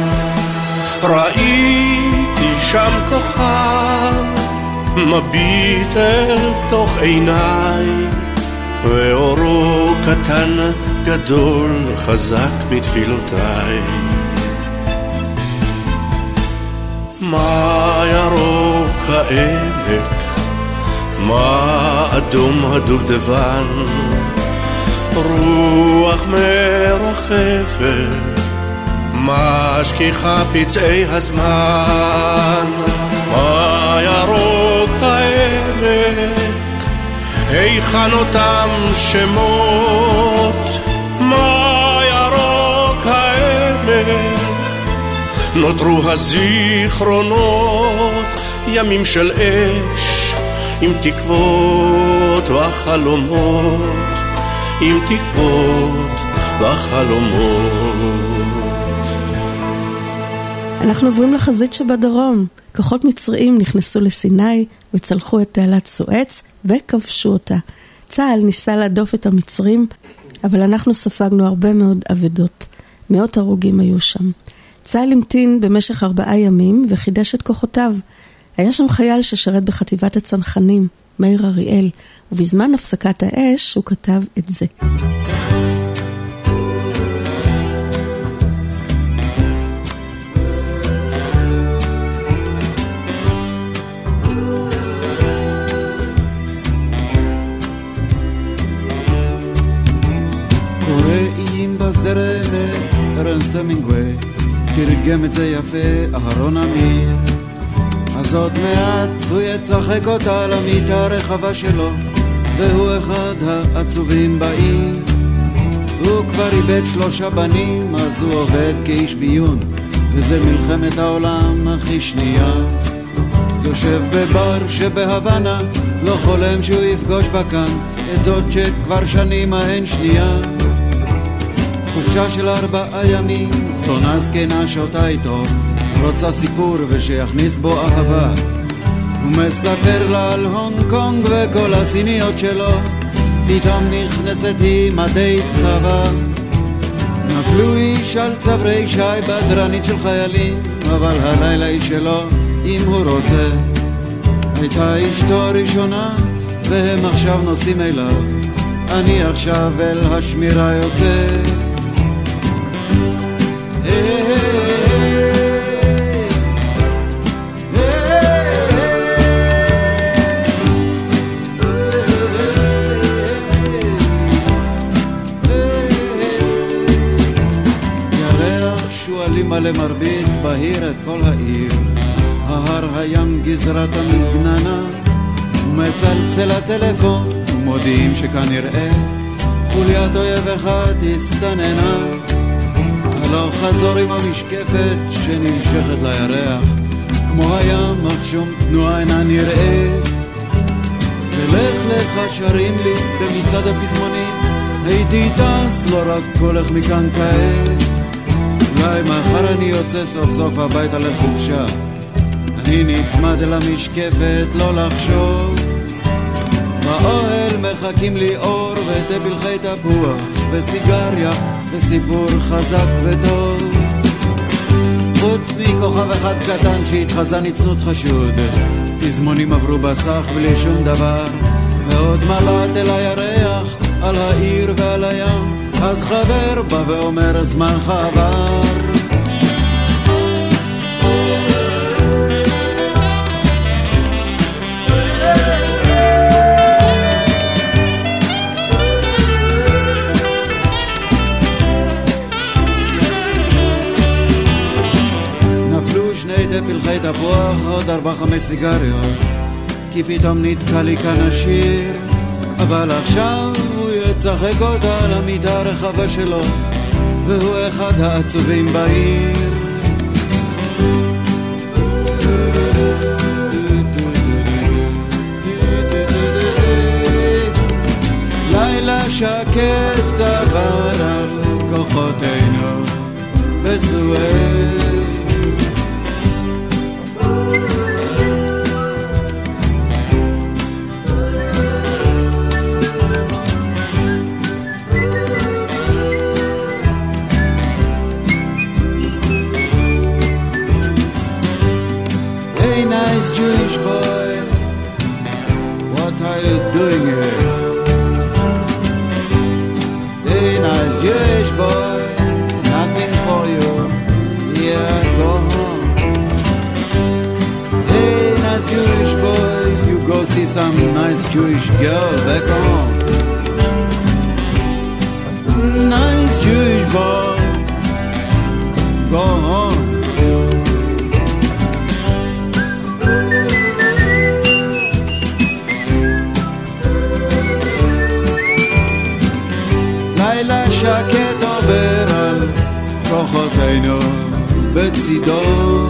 ראיתי שם כוכב מביט אל תוך עיניי, ואורו קטן גדול חזק מתפילותיי. מה ירוק העמק, מה אדום הדובדבן, רוח מרחפת, משכיחה פצעי הזמן. מה ירוק העמק, היכן אותם שמות. מה ירוק העמק, נותרו הזיכרונות, ימים של אש עם תקוות וחלומות, עם תקוות וחלומות. אנחנו עוברים לחזית שבדרום. כוחות מצריים נכנסו לסיני וצלחו את תעלת סואץ וכבשו אותה. צה"ל ניסה להדוף את המצרים, אבל אנחנו ספגנו הרבה מאוד אבדות. מאות הרוגים היו שם. צה"ל המתין במשך 4 ימים וחידש את כוחותיו. היה שם חייל ששרת בחטיבת הצנחנים, מאיר אריאל, ובזמן הפסקת האש הוא כתב את זה. קוראים בזרמת ארנסט המינגווי, תרגם את זה יפה אהרון אמיר. אז עוד מעט הוא יצחק אותה למיטה הרחבה שלו, והוא אחד העצובים בעיר. הוא כבר איבד 3 בנים, אז הוא עובד כאיש ביון, וזה מלחמת העולם הכי שנייה. יושב בבר שבהוואנה, לא חולם שהוא יפגוש בה כאן את זאת שכבר שנים ההן שנייה. חופשה של 4 ימים, זונה זקנה שותה איתו, רוצה סיפור ושיכניס בו אהבה. הוא מספר לה על הונג קונג וכל הסיניות שלו, פתאום נכנסת היא מדי צבא. נפלו איש על צברי שי בדרנית של חיילים, אבל הלילה היא שלו אם הוא רוצה. הייתה אשתו הראשונה והם עכשיו נוסעים אליו, אני עכשיו אל השמירה יוצא. מלא מרביץ בהיר את כל העיר, ההר הים גזרת המגננה, ומצלצל הטלפון ומודיעים שכנראה חוליית אויב אחד הסתננה. הלוך חזור עם המשקפת שנמשכת לירח, כמו הים אך שום תנועה אינה נראית. ולך לך שרים לי במצעד הפזמונים, הייתי טס לא רק הולך מכאן כעת. אולי מחר אני יוצא סוף סוף הביתה לחופשה, אני נצמד אל המשקפת לא לחשוב. באוהל מחכים לי אור ותה פלחי תפוח וסיגריה וסיפור חזק וטוב. חוץ מכוכב אחד קטן שהתחזה נצנוץ חשוד, תזמונים עברו בסך בלי שום דבר, ועוד מבט אל הירח, על העיר ועל הים, אז חבר בא ואומר זמנך עבר. נפלו שני פלחי תפוח, עוד 4-5 סיגריות, כי פתאום נתקע לי כאן השיר. אבל עכשיו הוא יצחק אותה על המיטה הרחבה שלו, והוא אחד העצובים בעיר. לילה שקט עבר על כוחותינו וסואל, Jewish boy, what are you doing here? Hey, nice Jewish boy, nothing for you. Yeah, go home. Hey, nice Jewish boy, you go see some nice Jewish girl back home. Nice Jewish boy, go home. לילה שקט עובר על כוחותינו בצידון,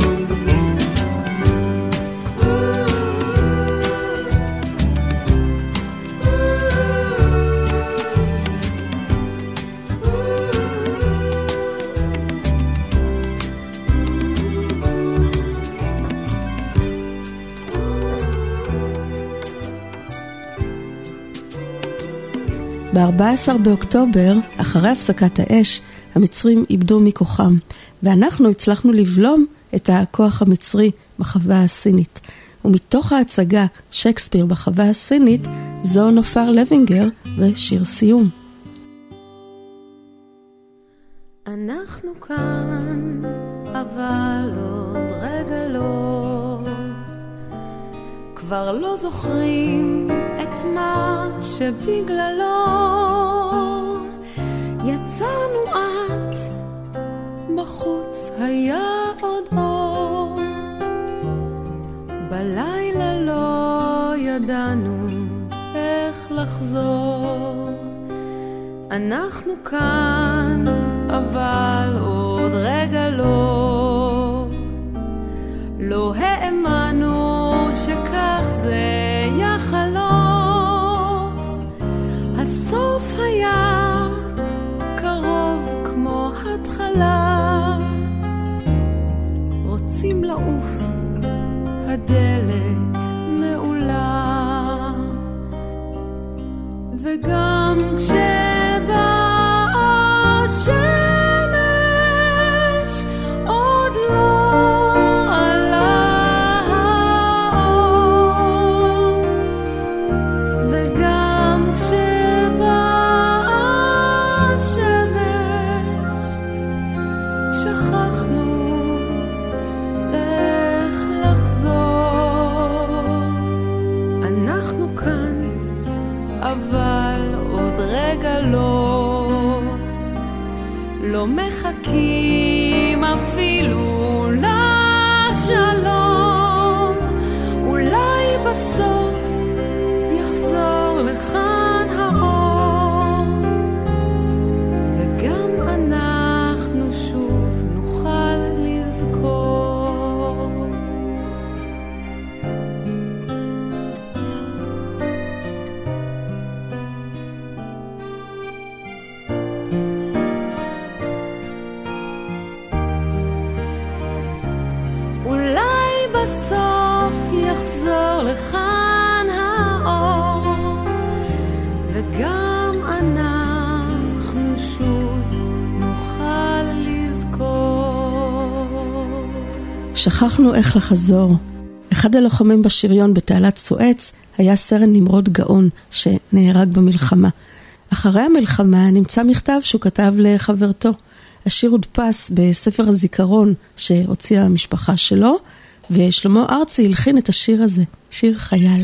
ב-14 באוקטובר, אחרי הפסקת האש, המצרים איבדו מכוחם, ואנחנו הצלחנו לבלום את הכוח המצרי בחווה הסינית. ומתוך ההצגה שייקספיר בחווה הסינית, זו נופר לוינגר ושיר סיום. אנחנו כאן, אבל עוד רגע לא, כבר לא זוכרים את מה שבגללו יצאנו את, בחוץ היה עוד אור, בלילה לא ידענו איך לחזור. אנחנו כאן, אבל עוד רגע לא האמנו שכך זה יחלוף. הסוף היה קרוב כמו התחלה, רוצים לעוף, הדלת נעולה, וגם בסוף יחזור לכאן האור, וגם אנחנו שוב נוכל לזכור. שכחנו איך לחזור. אחד הלוחמים בשריון בתעלת סואץ היה סרן נמרוד גאון שנהרג במלחמה. אחרי המלחמה נמצא מכתב שהוא כתב לחברתו. השיר הודפס בספר הזיכרון שהוציאה המשפחה שלו, ושלמה ארצי הלחין את השיר הזה, שיר חייל.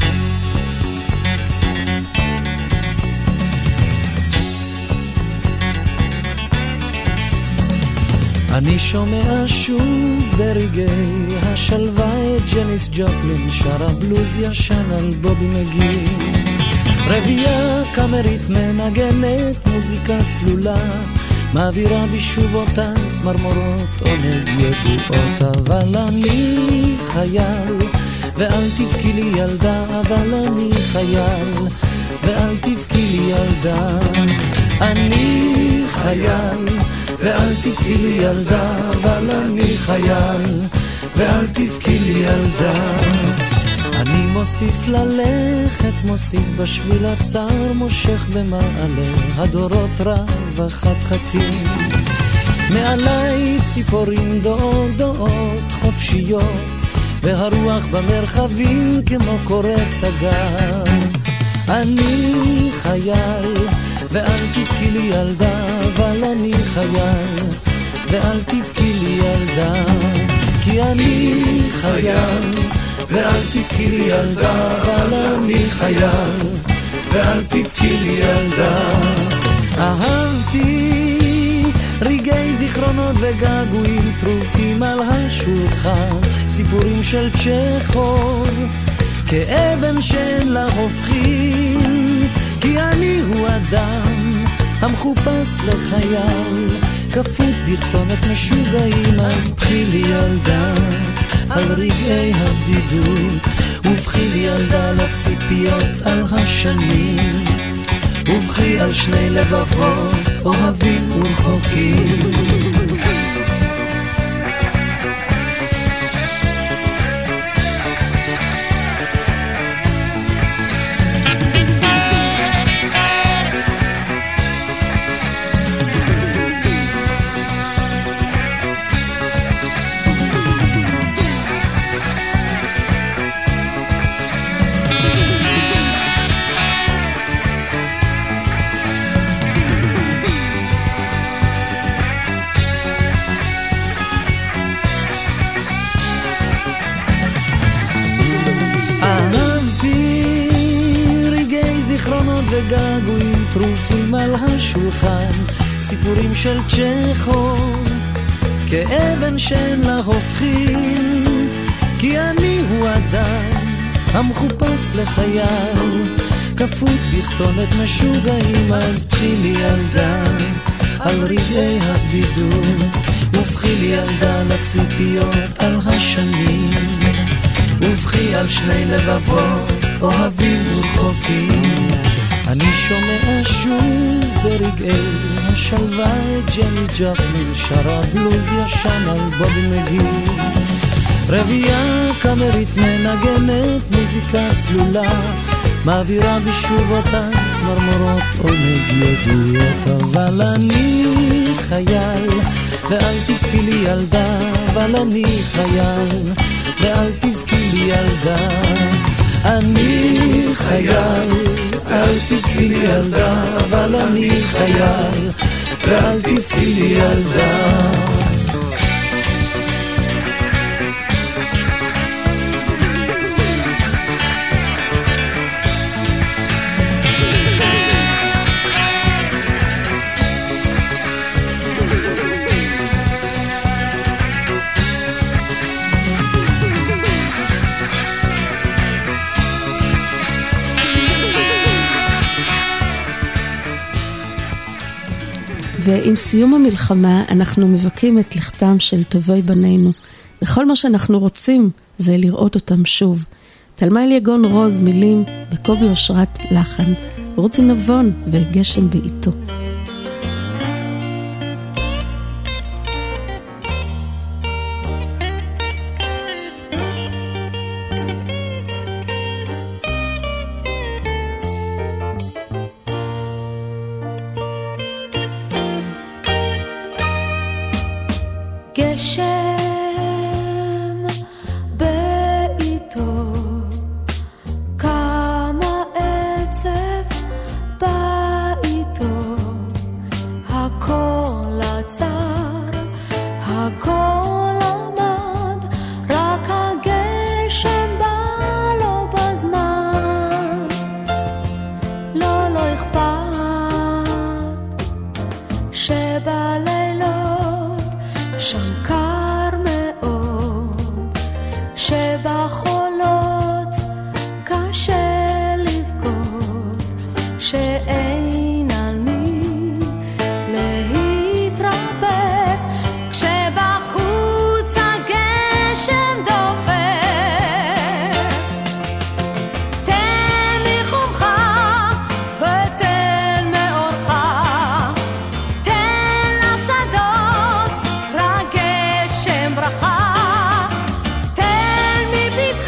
אני שומע שוב ברגעי השלווה את ג'ניס ג'ופלין שרה בלוז ישן על בובי מגי, רבייה קאמרית מנגנת מוזיקה צלולה, מעבירה בשוב אותן צמרמורות עונג ידועות. אבל אני חייל ואל תבכי לי ילדה, אבל אני חייל ואל תבכי לי ילדה, אני חייל ואל תבכי לי ילדה, אבל אני חייל ואל תבכי לי ילדה. אני מוסיף ללכת, מוסיף בשביל הצער, מושך במעלה הדורות רב החתחתים, מעלי ציפורים דעות חופשיות, והרוח במרחבים כמו קוראת תגר. אני חייל ואל תבכי לי ילדה, אבל אני חייל ואל תבכי לי ילדה, כי אני חייל ואל תבכי לי ילדה, אבל אני חייל ואל תבכי לי ילדה. אהבתי רגעי זיכרונות וגעגועים טרופים על השולחן, סיפורים של צ'כוב כאבן שאין לה הופכים, כי אני הוא אדם המחופש לחייל, כפות בכתובת משוגעים. אז בכי לי ילדה על רגעי הבדידות, ובכי לי ילדה לציפיות על השנים, ובכי על שני לבבות אוהבים ורחוקים. וגעגועים טרופים על השולחן, סיפורים של צ'כוב כאבן שאין לה הופכים, כי אני הוא אדם המחופש לחייל, כפות בכתובת משוגעים. אז בכי לי ילדה על רגעי הבדידות, ובכי לי ילדה לציפיות על השנים, ובכי על שני לבבות אוהבים ורחוקים. אני שומע שוב ברגעי השלווה את ג'ני ג'ופלין שרה בלוז ישן על בובי מגי, רבייה קאמרית מנגנת מוזיקה צלולה, מעבירה בשוב אותן צמרמורות עונג ידועות. אבל אני חייל ואל תבכי לי ילדה, אבל אני חייל ואל תבכי לי ילדה, אני חייל אל תבכי לי ילדה, אבל אני חייל ואל תבכי לי ילדה. ועם סיום המלחמה אנחנו מבכים את לכתם של טובי בנינו, וכל מה שאנחנו רוצים זה לראות אותם שוב. תלמי ליגון רוז מילים, בקובי אושרת לחן, רותי נבון וגשם בעיתו. כשבחולות קשה לבכות, שאין על מי להתרפק, כשבחוץ הגשם דופק. תן מחומך ותן מאורך, תן לשדות רק גשם ברכה, תן מביתך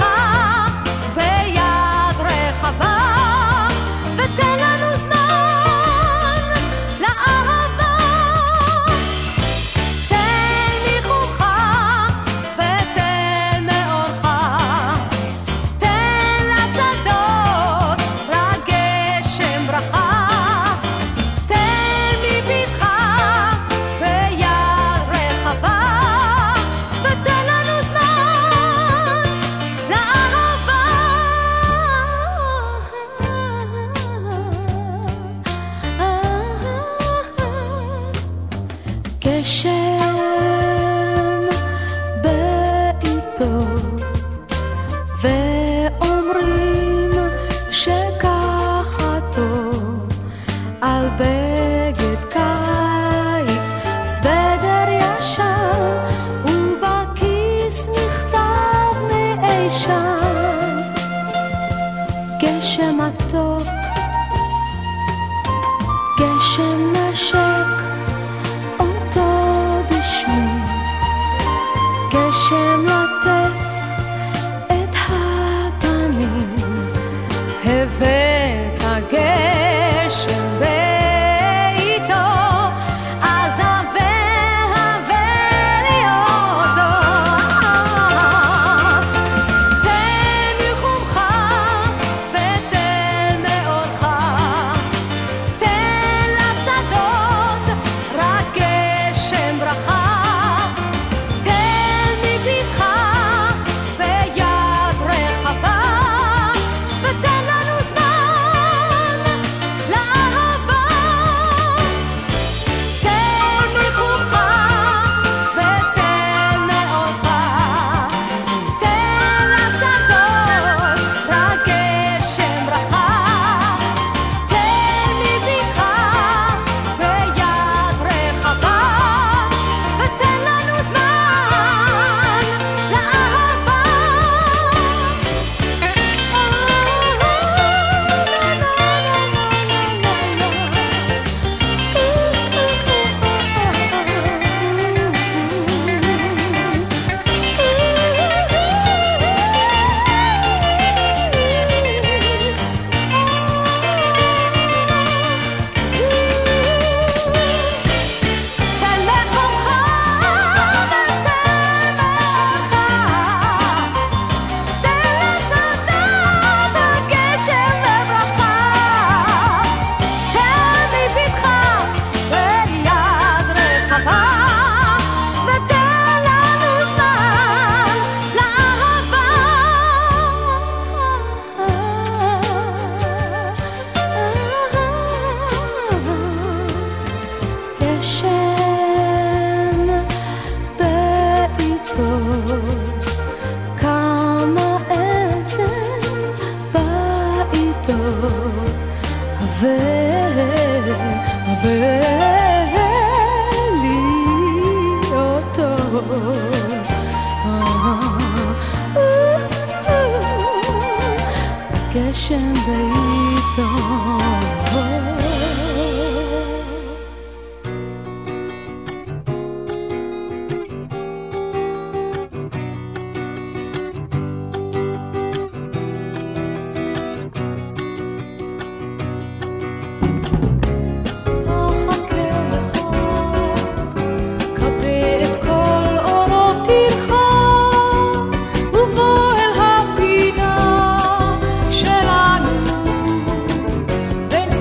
ביד רחבה, ותן לנו זמן לאהבה. תן מחומך ותן מאורך, תן לשדות רק גשם ברכה, תן מביתך ביד רחבה, ותן לנו זמן לאהבה. גשם בעיתו ואומרים שככה טוב על בגד קיץ סוודר ישן ובכיס מכתב מאי שם. גשם מתוק, גשם נשק אותו בשמי, גשם לטף את הפנים, הבאת הגשם בעיתו, אז הבא לי אותו. תן מחומך ותן מאורך, תן לשדות רק גשם ברכה, תן מביתך ביד רחבה, ותן לנו זמן לאהבה. תן מחומך ותן מאורך, תן לשדות רק גשם ברכה, תן מביתך ביד רחבה, ותן לנו זמן לאהבה. תן מחומך ותן מאורך, תן לשדות הגשם וברכה, תן מביתך ביד רחבה, ותן לנו זמן לאהבה. גשם בעיתו, כמה עצם בעיתו, הבא לי אותו. גשם בעיתו. בין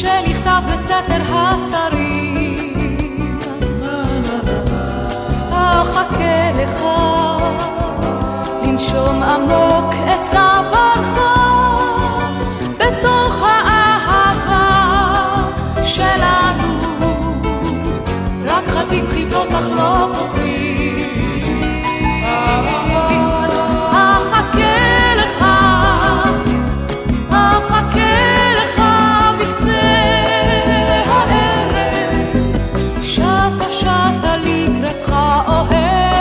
שנכתב בסתר הסתרים. אחכה לך לנשום עמוק את צווארך בתוך האהבה שלנו, רק חטים חיטות אך לא פותרים. אחכה לך, אחכה לך בקצה הערב, שטה שטה לקראתך אוהב.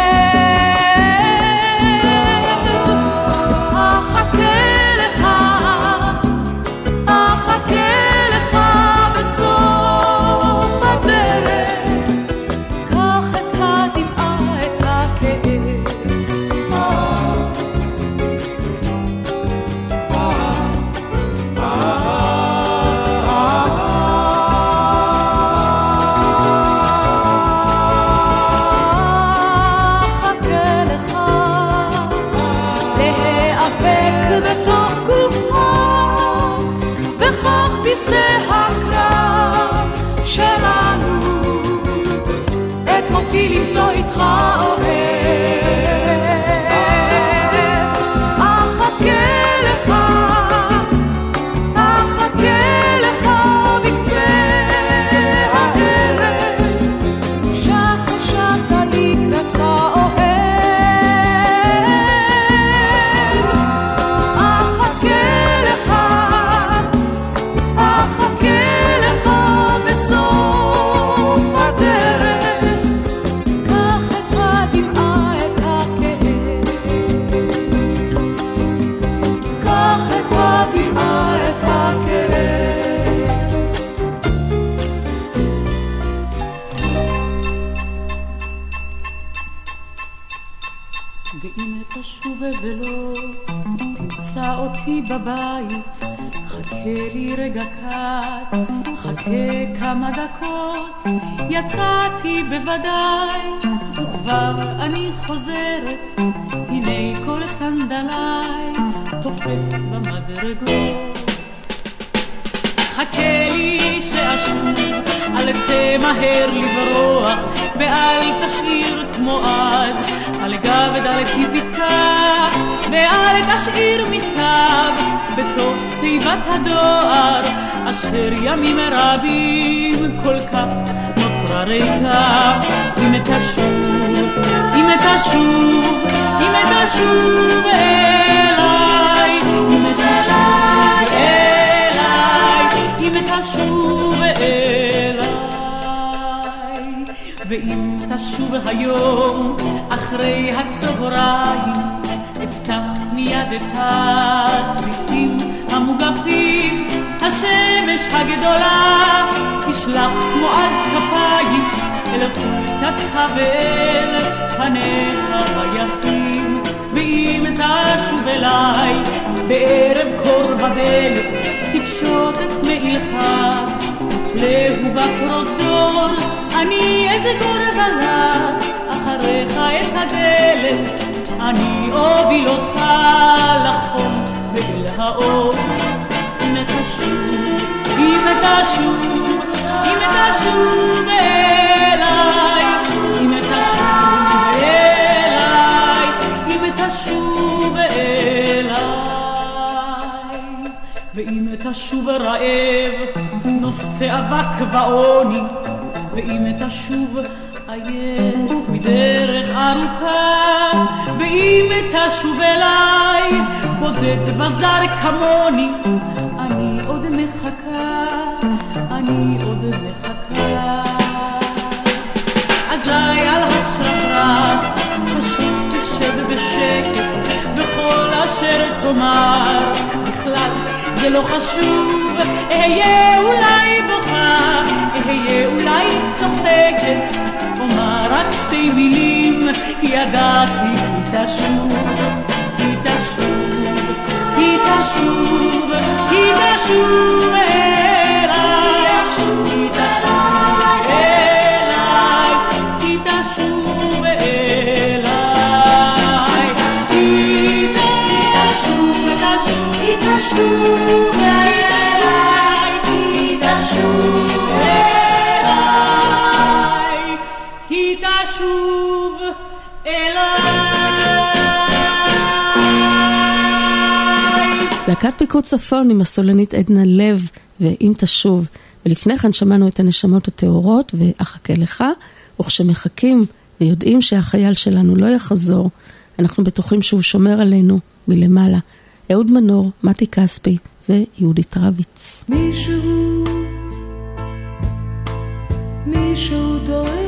למצוא איתך אוהב. אחכה לך, אחכה לך בקצה הערב, שטה שטה לקראתך אוהב. אחכה לך, אחכה לך בסוף הדרך, ואם תשוב ולא תמצא אותי בבית, חכה לי רגע קט, חכה כמה דקות, יצאתי בוודאי, וכבר אני חוזרת, הנה כל סנדלי תופף במדרגות. חכה לי שאשוב, אל תמהר לברוח, ואל תשאיר כמו אז, על גב דלתי פתקה, ואל תשאיר מכתב בתוך תיבת הדואר, אשר ימים רבים כל כך נותרה ריקה. אם תשוב, אם תשוב, אם תשוב אליי, אם תשוב אליי, אם תשוב אליי. ואם תשוב היום אחרי הצהריים, אפתח מיד את התריסים המוגפים, השמש הגדולה תשלח כמו אז כפיים אל חוצתך ואל פניך היפים. ואם תשוב אליי בערב קור בדלת, תפשוט את מעילך ותלהו בפרוזדור, אני אסגור בלט אחריך את הדלת, אני אוביל אותך לחום ואל האור. אם תשוב, אם תשוב, אם תשוב אליי, אם תשוב אליי, אם תשוב אליי. ואם תשוב רעב נושא אבק ועוני, ואם תשוב עייף מדרך ארוכה, ואם תשוב אליי בודד בזר כמוני, אני עוד מחכה, אני עוד מחכה. אזי על השררה פשוט תשב בשקט, וכל אשר תאמר בכלל זה לא חשוב, אהיה אולי בוכה, אהיה אולי צוחקת, אומר רק שתי מילים, ידעתי כי תשוב, כי תשוב, כי תשוב, כי תשוב אליי, כי תשוב אליי, כי תשוב אליי, כי תשוב, כי תשוב אליי, כי תשוב להקת פיקוד צפון עם הסולנית עדנה לב ואם תשוב, ולפני כן שמענו את הנשמות הטהורות ואחכה לך, וכשמחכים ויודעים שהחייל שלנו לא יחזור, אנחנו בטוחים שהוא שומר עלינו מלמעלה. אהוד מנור, מתי כספי ויהודית רביץ. מישהו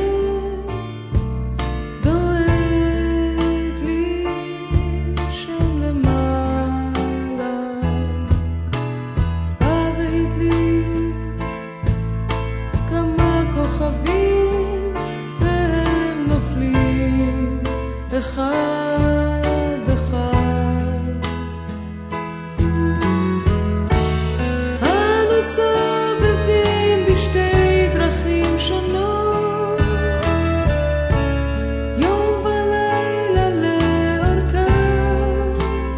דואג לי שם למעלה, בא והדליק כמה כוכבים והם נופלים אחד אחד. אנו סובבים בשתי דרכים שונות, יום ולילה לאורכם,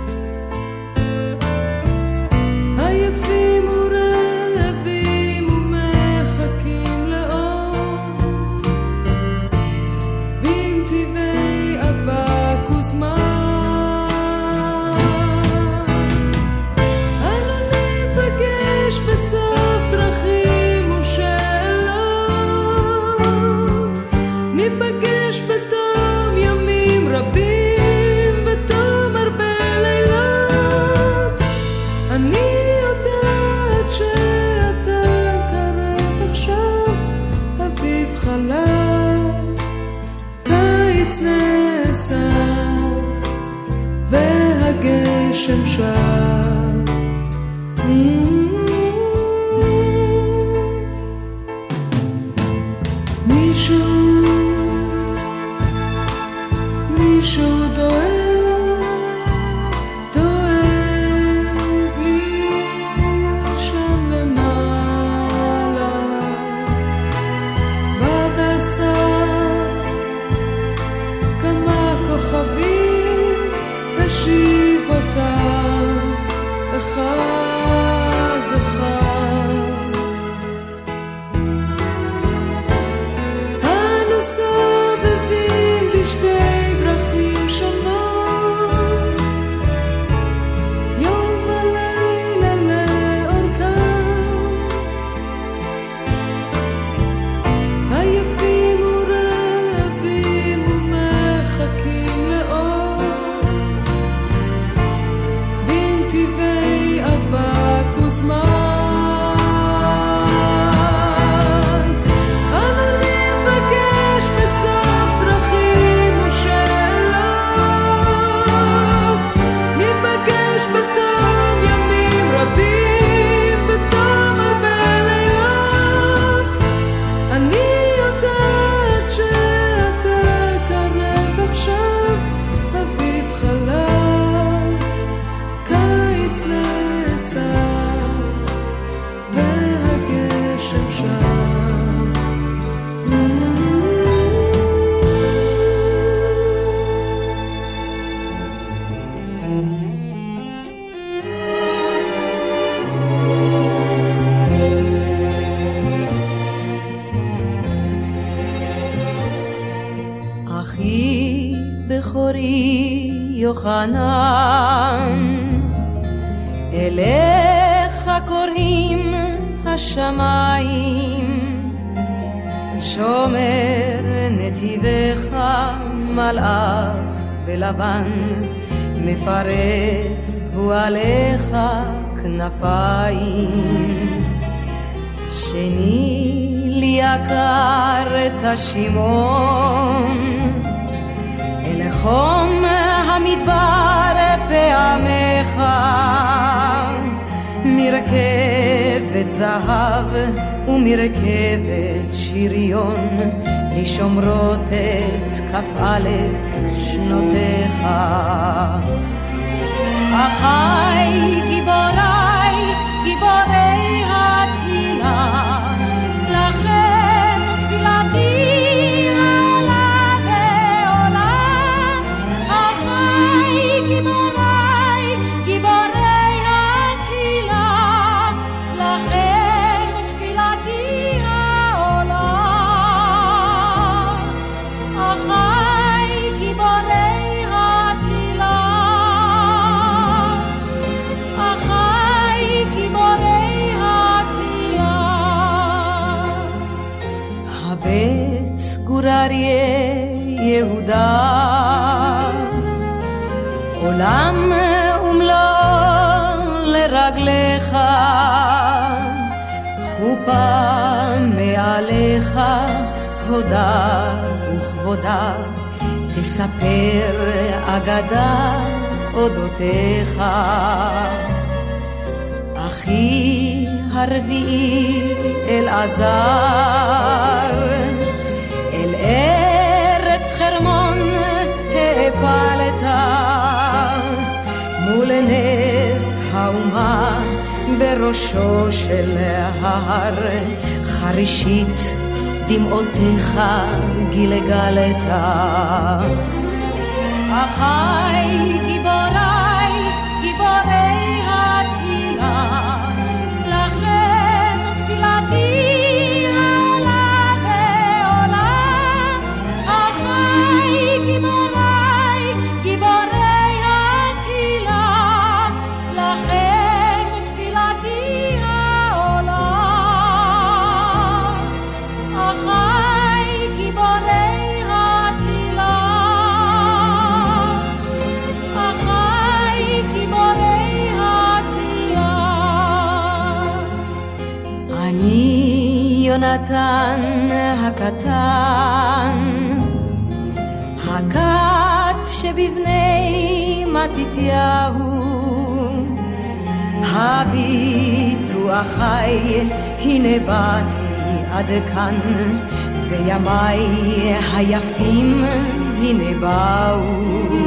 עייפים ורעבים ומחכים לאות בנתיבי אבק וזמן. אנו ניפגש בסוף דרכים ושאלות, ניפגש בתום ימים רבים, בתום הרבה לילות. אני יודעת שאתה קרב עכשיו, אביב חלף, קיץ נאסף והגשם שב. מישהו דואג לי שם למעלה, בא ואסף כמה כוכבים ושיב אותם אחד אחד. אנו סובבים בשתי דרכים שונות, יום ולילה לאורכם, עייפים ורעבים ומחכים לאות בנתיבי אבק וזמן. אחי בכורי יוחנן, אליך קוראים השמיים, שומר נתיבך מלאך בלבן, מפרס הוא עליך כנפיים. שני לי יקר את השימון, אל חום המדבר פעמך, מרכבת זהב ומרכבת שריון, לשומרות את כ"א שנותיך. אחי גיבורי, גיבורי התהילה, לכם תפילתי עלה ועולה. אחי גיבורי, גיבורי התהילה, לכם תפילתי העולה. אחי גיבורי התהילה, אחי אריה יהודה, עולם ומלואו לרגליך, חופה מעליך, הודה וכבודה, תספר אגדה אודותיך. אחי הרביעי אלעזר, אל ארץ חרמון העפלת, מול נס האומה בראשו של ההר, חרישית דמעותיך גלגלת. אחי גיבורי, גיבורי התהילה, לכם תפילתי עלה ועולה. אחי גיבורי, גיבורי התהילה, לכם תפילתי העולה. אחי גיבורי התהילה, אחי גיבורי התהילה. אני יונתן הקטן, הכת שבבני מתתיהו, הביטו אחי, הנה באתי עד כאן, וימיי היפים הנה באו.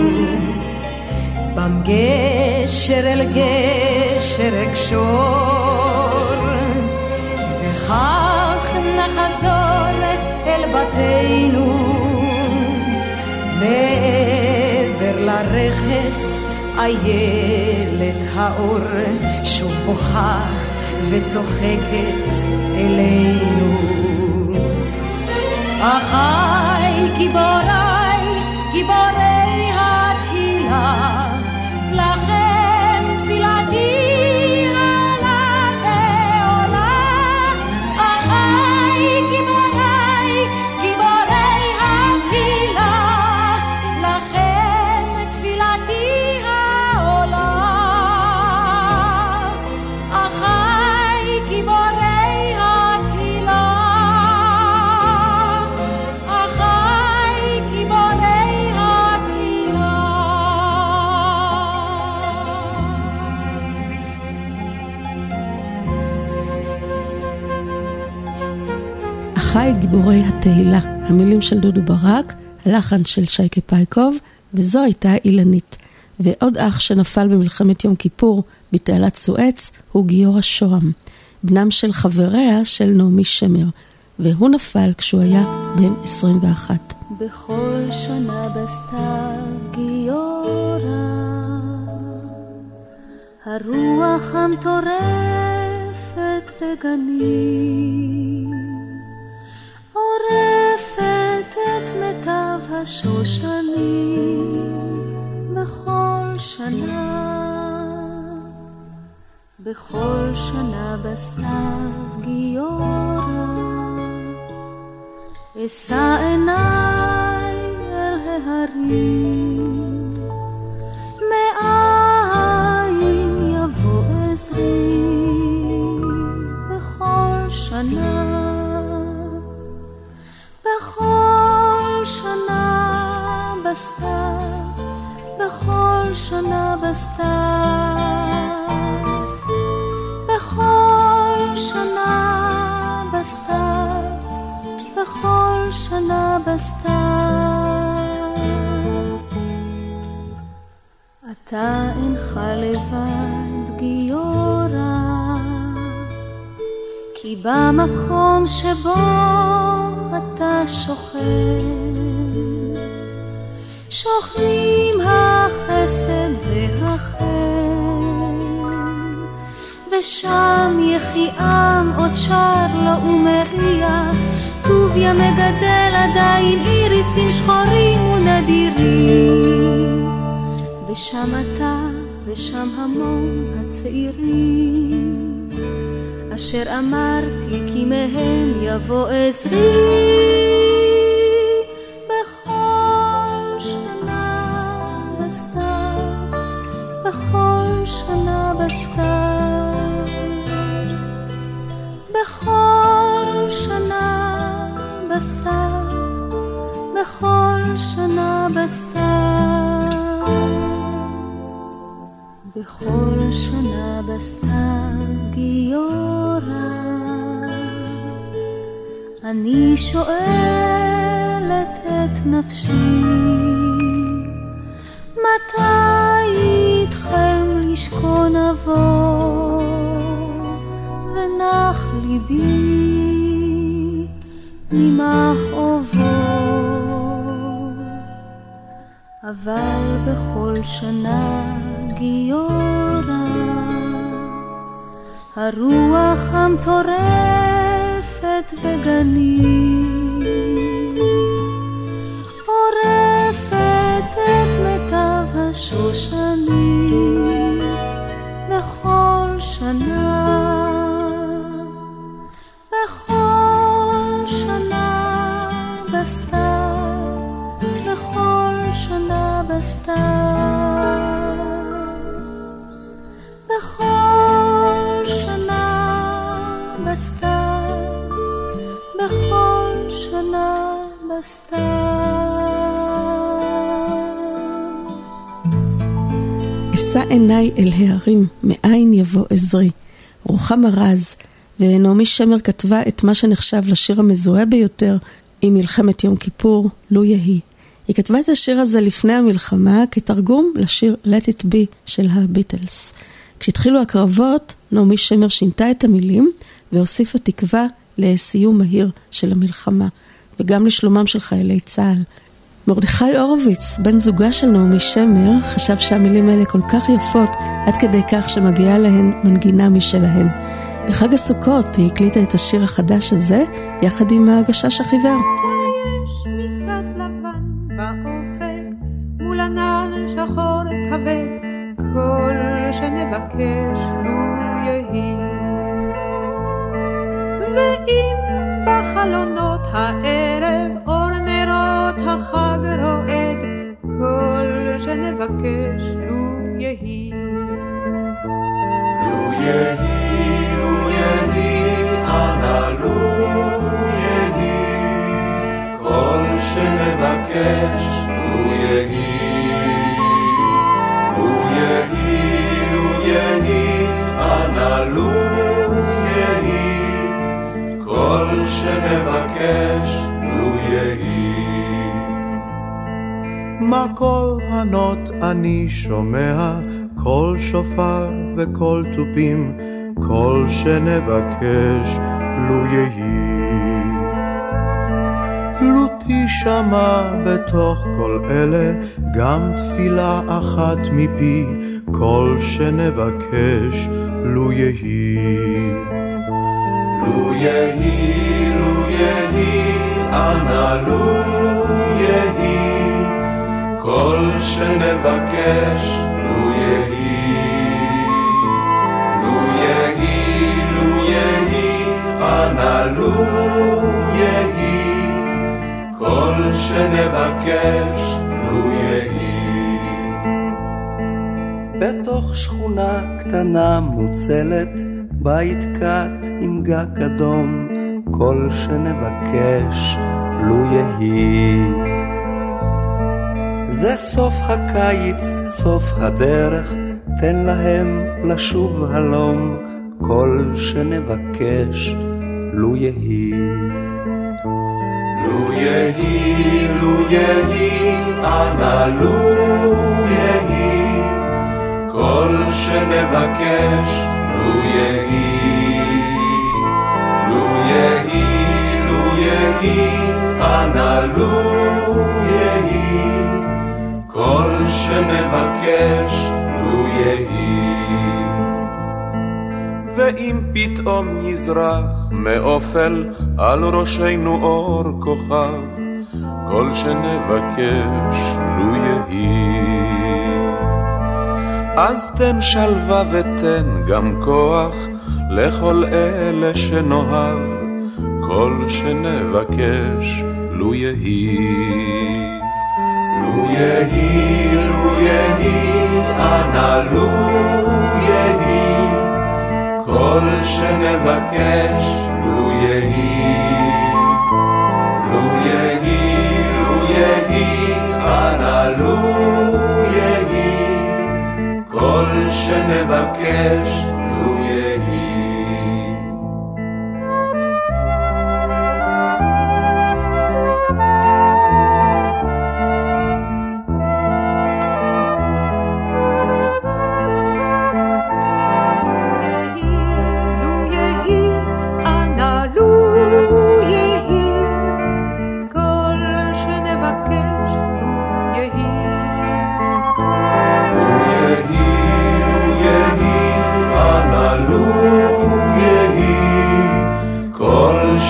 במגשר אל גשר אקשור, וכך נחזור אל בתינו. מעבר לרכס איילת האור שוב בוכה וצוחקת אלינו. אחי גיבורי, גיבורי התהילה, לכם תפילתי עלה ועולה. אחי גיבורי, גיבורי התהילה, לכם תפילתי העולה. אחי גיבורי התהילה, אחי גיבורי התהילה. אחי גיבורי התהילה, המילים של דודו ברק, הלחן של שייקה פייקוב, וזו הייתה אילנית. ועוד אח שנפל במלחמת יום כיפור בתעלת סואץ הוא גיורא שוהם, בנם של חבריה של נעמי שמר, והוא נפל כשהוא היה בן 21. בכל שנה בסתיו גיורא, הרוח המטורפת בגנים, עורפת את מיטב השושנים. בכל שנה, בכל שנה בסתיו גיורא, אשא עיניי אל ההרים, מאין יבוא עזרי. בכל שנה, בכל שנה בסתיו, בכל שנה בסתיו, בכל שנה בסתיו, בכל שנה בסתיו. אתה אינך לבד גיורא, כי במקום שבו אתה שוכן, שוכנים החסד והחן, ושם יחיעם עוד שר לו ומריח, טוביה מגדל עדיין איריסים שחורים ונדירים. ושם אתה ושם המון הצעירים, אשר אמרתי כי מהם יבוא עזרי. בסתיו, בכל שנה בסתיו, בכל שנה בסתיו גיורא. אני שואלת את נפשי, מתי איתכם לשכון אבוא, ונח ליבי ממך עובור. אבל בכל שנה גיורא, הרוח המטורפת בגני, עורפת את מיטב השושני. בכל שנה, בכל שנה בסתיו, בכל שנה בסתיו, בכל שנה בסתיו, בכל שנה בסתיו. אשא עיניי אל ההרים, מאין יבוא עזרי. רוחמה רז ונעמי שמר כתבה את מה שנחשב לשיר המזוהה ביותר עם מלחמת יום כיפור, לו יהי. היא כתבה את השיר הזה לפני המלחמה כתרגום לשיר Let It Be של הביטלס. כשהתחילו הקרבות, נעמי שמר שינתה את המילים והוסיפה תקווה לסיום מהיר של המלחמה, וגם לשלומם של חיילי צה"ל. מרדכי הורוביץ, בן זוגה של נעמי שמר, חשב שהמילים האלה כל כך יפות, עד כדי כך שמגיעה להן מנגינה משלהן. בחג הסוכות היא הקליטה את השיר החדש הזה, יחד עם הגשש החיוור. יש מפרש לבן באופק, מול ענן שחור כבד, כל שנבקש לו יהי. ואם בחלונות הערב אור נרות החג רועד, כל שנבקש לו יהי. לו יהי, לו יהי, אנא לו יהי, כל שנבקש לו יהי. לו יהי, לו יהי, אנא לו יהי, כל שנבקש לו יהי. מקול ענות אני שומע, קול שופר וקול תופים, כל שנבקש לו יהי. לו תשמע בתוך כל אלה גם תפילה אחת מפי, כל שנבקש לו יהי. לו יהי, לו יהי, אנא לו יהי, כל שנבקש לו יהי. לו יהי, לו יהי, אנא לו יהי, כל שנבקש לו יהי. בתוך שכונה קטנה מוצלת, בית קט עם גג אדום, כל שנבקש לו יהי. זה סוף הקיץ, סוף הדרך, תן להם לשוב הלום, כל שנבקש לו יהי. לו יהי, לו יהי, אנא לו יהי, כל שנבקש לו יהי. לו יהי, לו יהי, אנא לו יהי, כל שנבקש לו יהי. ואם פתאום יזרח מאופל על ראשנו אור כוכב, כל שנבקש לו יהי. אז תן שלווה ותן גם כוח לכל אלה שנאהב, כל שנבקש לו יהי. לו יהי, לו יהי, אנא לו יהי, כל שנבקש לו יהי.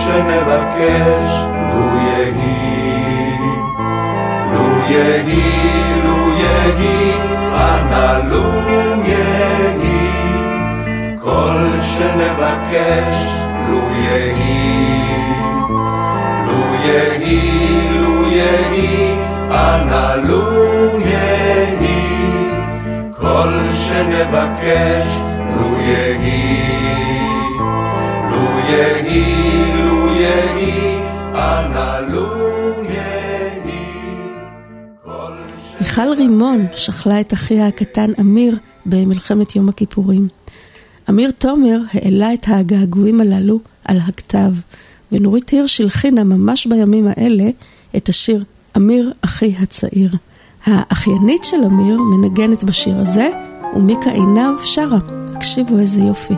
שנבקש לו יהי, לו יהי, לו יהי, אנא לו יהי, כל שנבקש לו יהי, לו יהי, לו יהי, אנא לו יהי, כל שנבקש לו יהי, לו יהי, לו יהי, אנא לו יהי. מיכל רימון שכלה את אחיה הקטן אמיר במלחמת יום הכיפורים. אמיר תומר העלה את הגעגועים הללו על הכתב, ונורית הירש הלחינה ממש בימים האלה את השיר אמיר אחי הצעיר. האחיינית של אמיר מנגנת בשיר הזה, ומיקה עינב שרה. הקשיבו איזה יופי.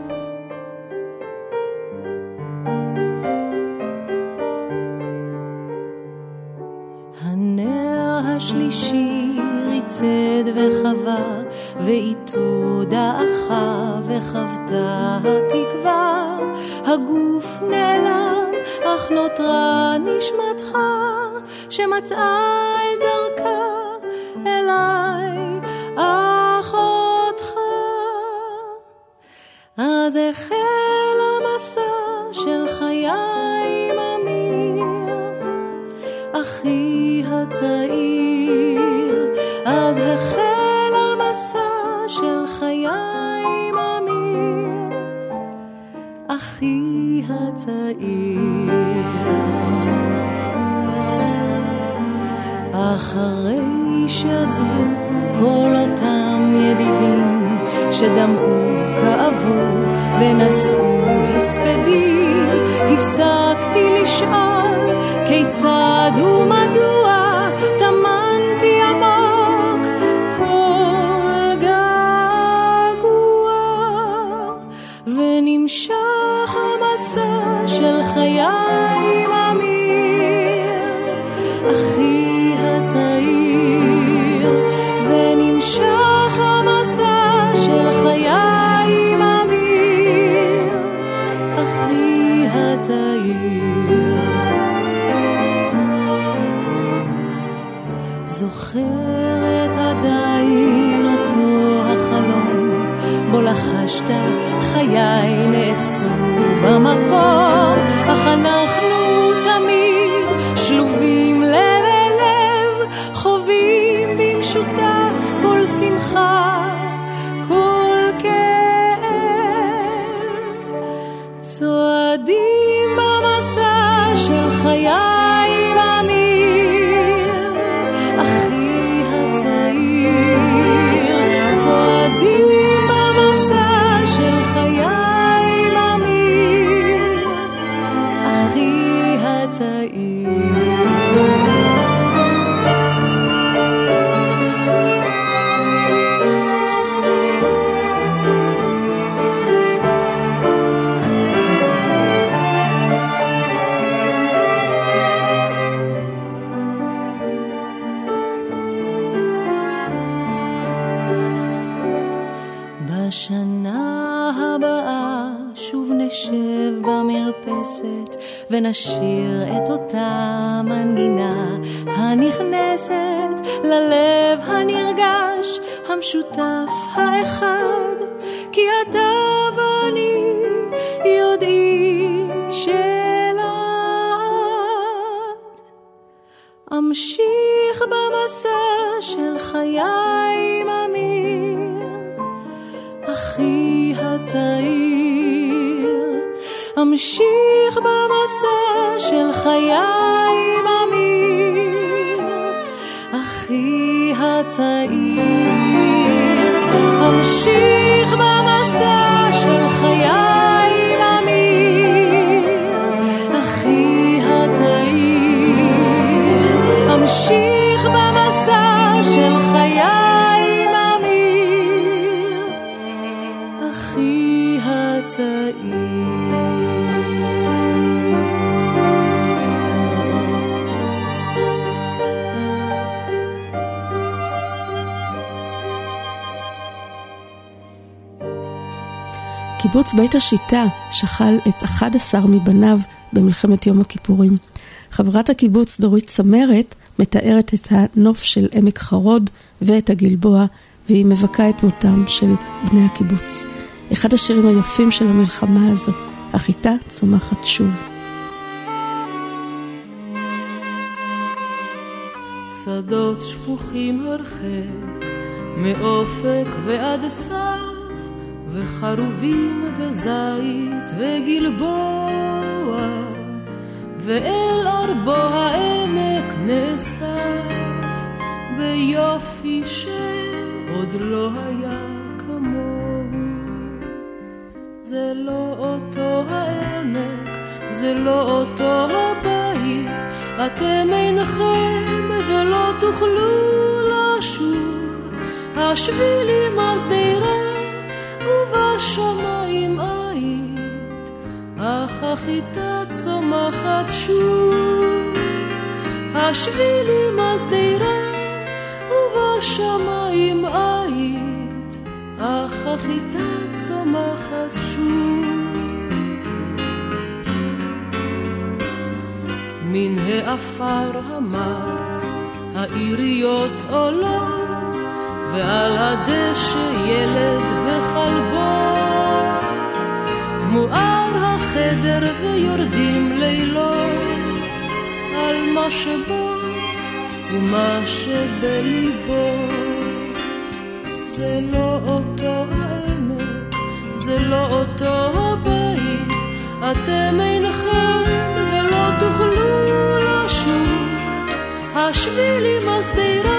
הנר השלישי ריצד וחווה, ואיתו דעכה וחוותה התקווה. הגוף נעלם, אך נותרה נשמתך, שמצאה את דרכה אליי, אחותך. אז החל המסע של חיי עם אמיר, אחי הצעיר. אז החל המסע של חיי עם אמיר, אחי הצעיר. אחרי שעזבו כל אותם ידידים, שדמעו, כאבו ונשאו הספדים, הפסקתי לשאול כיצד ומדוע, תמנתי עמוק כל געגוע, ונמשך המסע של חיי עם אמיר, אחי הצעיר. ונמשך המסע של חיי עם אמיר, אחי הצעיר. זוכרת עדיין אותו החלום, בו לחשת חיי נעצו במקום, אך אנחנו תמיד שלובים לב אל לב, חווים במשותף כל שמחה, כל כאב, צועדים במסע של חיי עם אמיר, אחי הצעיר. צועדים במסע של חיי עם אמיר, אחי הצעיר. בשנה הבאה שוב נשב במרפסת, ונשיר את אותה מנגינה הנכנסת ללב הנרגש, המשותף האחד, כי אתה ואני יודעים שלעד. אמשיך במסע של חיי עם אמיר, אחי הצעיר. אמשיך במסע של חיי עם אמיר, אחי הצעיר. אמשיך במסע של חיי עם אמיר, אחי הצעיר. אמשיך במסע של חיי עם אמיר, אחי הצעיר. קיבוץ בית השיטה שכל את 11 מבניו במלחמת יום הכיפורים. חברת הקיבוץ דורית צמרת מתארת את הנוף של עמק חרוד ואת הגלבוע, והיא מבכה את מותם של בני הקיבוץ. אחד השירים היפים של המלחמה הזו, החיטה צומחת שוב. שדות שפוכים הרחק, מאופק ועד סף, וחרובים וזית וגלבוע, ואל ארבו העמק נאסף, ביופי שעוד לא היה כמוהו. זה לא אותו העמק, זה לא אותו הבית, אתם אינכם ולא תוכלו לשוב. השבילים השדרה ובשמיים היית, אך החיטה צומחת שוב. השבילים השדרה ובשמיים היית, אך החיטה צומחת שוב. מן האפר המר העיריות עולות, ועל הדשא ילד וחלבו, מואר החדר ויורדים לילות על מה שבו ומה שבליבו. זה לא אותו העמק, זה לא אותו הבית, אתם אינכם ולא תוכלו לשוב. השבילים השדרה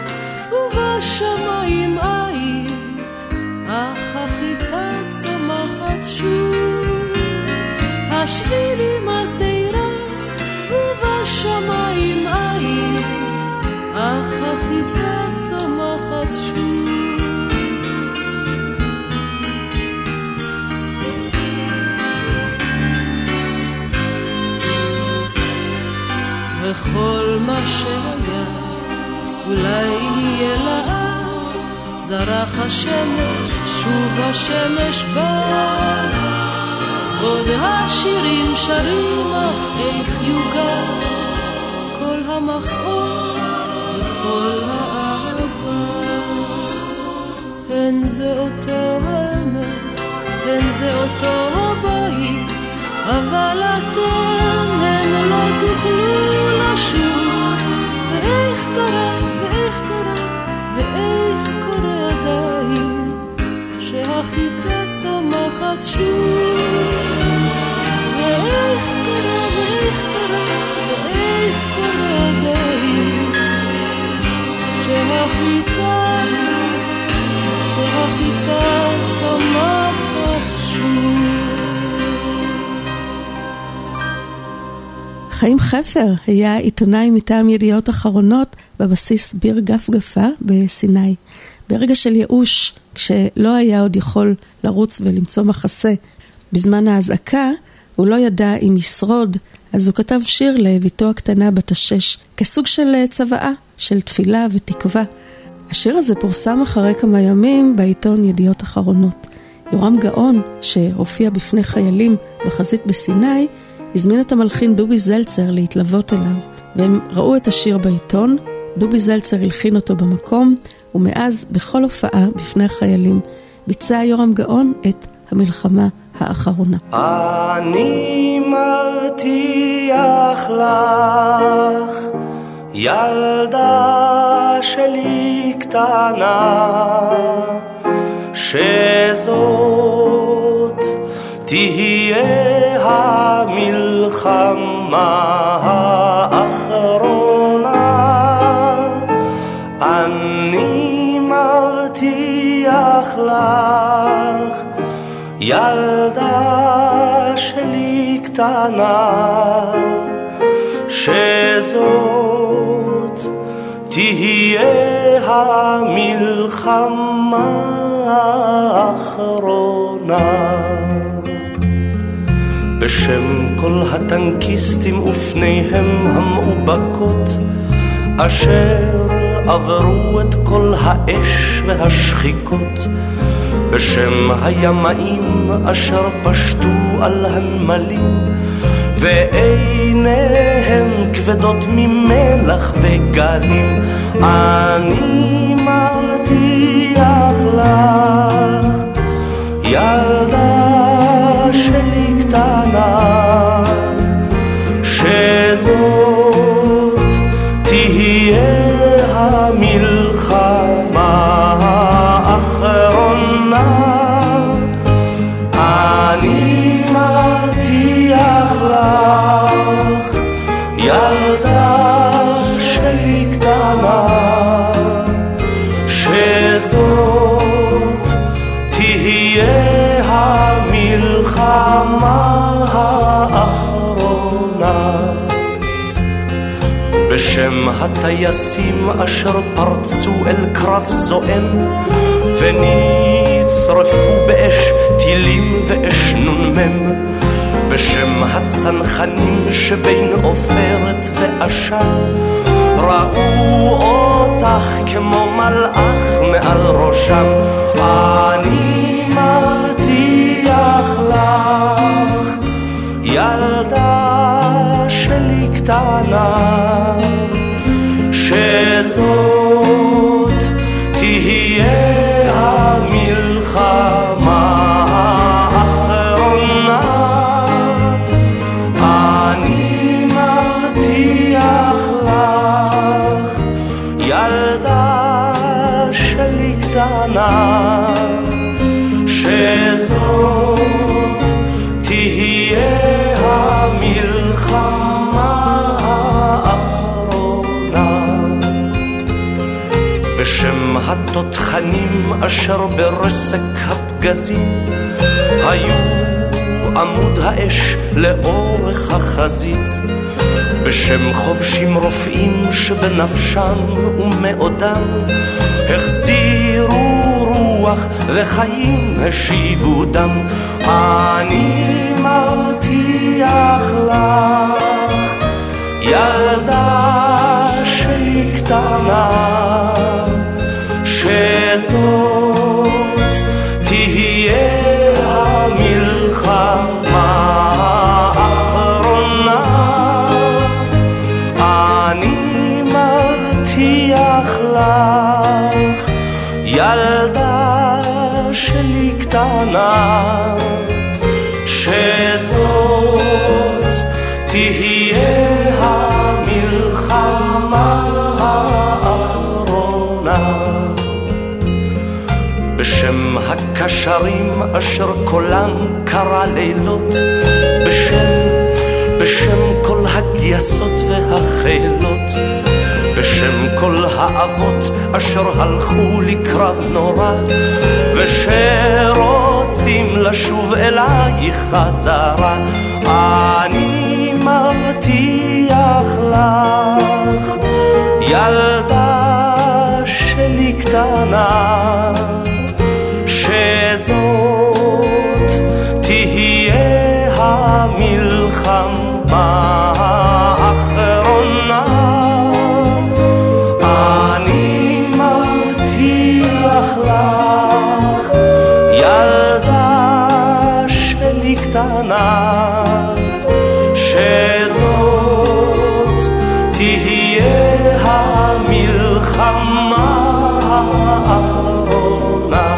ובשמיים היית, אך החיטה צומחת שוב. השבילים השדרה ובשמיים היית, אך החיטה צומחת שוב. וכל מה שהיה אולי יהיה לאט, זרח השמש, שוב השמש בא. עוד השירים שרים, אך איך יוגע כל המחאות וכל האהבה. הן זה אותו העמק, הן זה אותו הבית, אבל אתם הן לא תוכלו לשוב. ואיך קרה, ואיך קרה, ואיך קורה עדיין, שהחיטה צומחת שוב. ואיך קרה, ואיך קרה, ואיך קורה עדיין, שהחיטה צומחת שוב. חיים חפר היה עיתונאי מטעם ידיעות אחרונות בבסיס ביר גפגפה בסיני. ברגע של ייאוש, כשלא היה עוד יכול לרוץ ולמצוא מחסה בזמן ההזעקה, הוא לא ידע אם ישרוד, אז הוא כתב שיר לביתו הקטנה בת 6, כסוג של צוואה, של תפילה ותקווה. השיר הזה פורסם אחרי כמה ימים בעיתון ידיעות אחרונות. יורם גאון, שהופיע בפני חיילים בחזית בסיני, הזמין את המלחין דובי זלצר להתלוות אליו, והם ראו את השיר בעיתון. דובי זלצר הלחין אותו במקום, ומאז בכל הופעה בפני החיילים ביצע יורם גאון את המלחמה האחרונה. אני מבטיח לך, ילדה שלי קטנה, שזאת תהיה המלחמה האחרונה. אני מבטיח לך, ילדה שלי קטנה, שזאת תהיה המלחמה האחרונה. בשם כל הטנקיסטים ופניהם המאובקות, אשר עברו את כל האש והשחיקות, בשם הימאים אשר פשטו על הנמלים ועיניהם כבדות ממלח וגלים. אני מבטיח לך, ילדה שלי קטנה, שזאת תהיה המלחמה האחרונה. אני מבטיח לך, ילדה שלי קטנה, שזאת תהיה המלחמה האחרונה. בשם הטייסים אשר פרצו אל קרב זועם ונצרפו באש טילים ואש נ"מ, בשם הצנחנים שבין עופרת ועשן, ראו אותך כמו מלאך מעל ראשם. אני מבטיח לך, ילדה שלי קטנה, שזאת תהיה המלחמה האחרונה. אני מבטיח לך, ילדה שלי קטנה, שזאת תהיה המלחמה האחרונה. בשם התותחנים אשר ברסק הפגזים היו עמוד האש לאורך החזית, בשם חובשים רופאים שבנפשם ומאודם החזירו רוח וחיים השיבו דם. אני מבטיח לך, ילדה שלי קטנה, שזאת תהיה המלחמה האחרונה. אני מבטיח לך, ילדה שלי קטנה, שזאת תהיה המלחמה האחרונה. בשם הקשרים אשר קולם קרא לילות, בשם כל הגייסות והחילות, בשם כל האבות אשר הלכו לקרב נורא ושרוצים לשוב אלייך חזרה. אני מבטיח לך, ילדה שלי קטנה, שזאת תהיה המלחמה האחרונה. אני מבטיח לך, ילדה שלי קטנה, שזאת תהיה המלחמה האחרונה.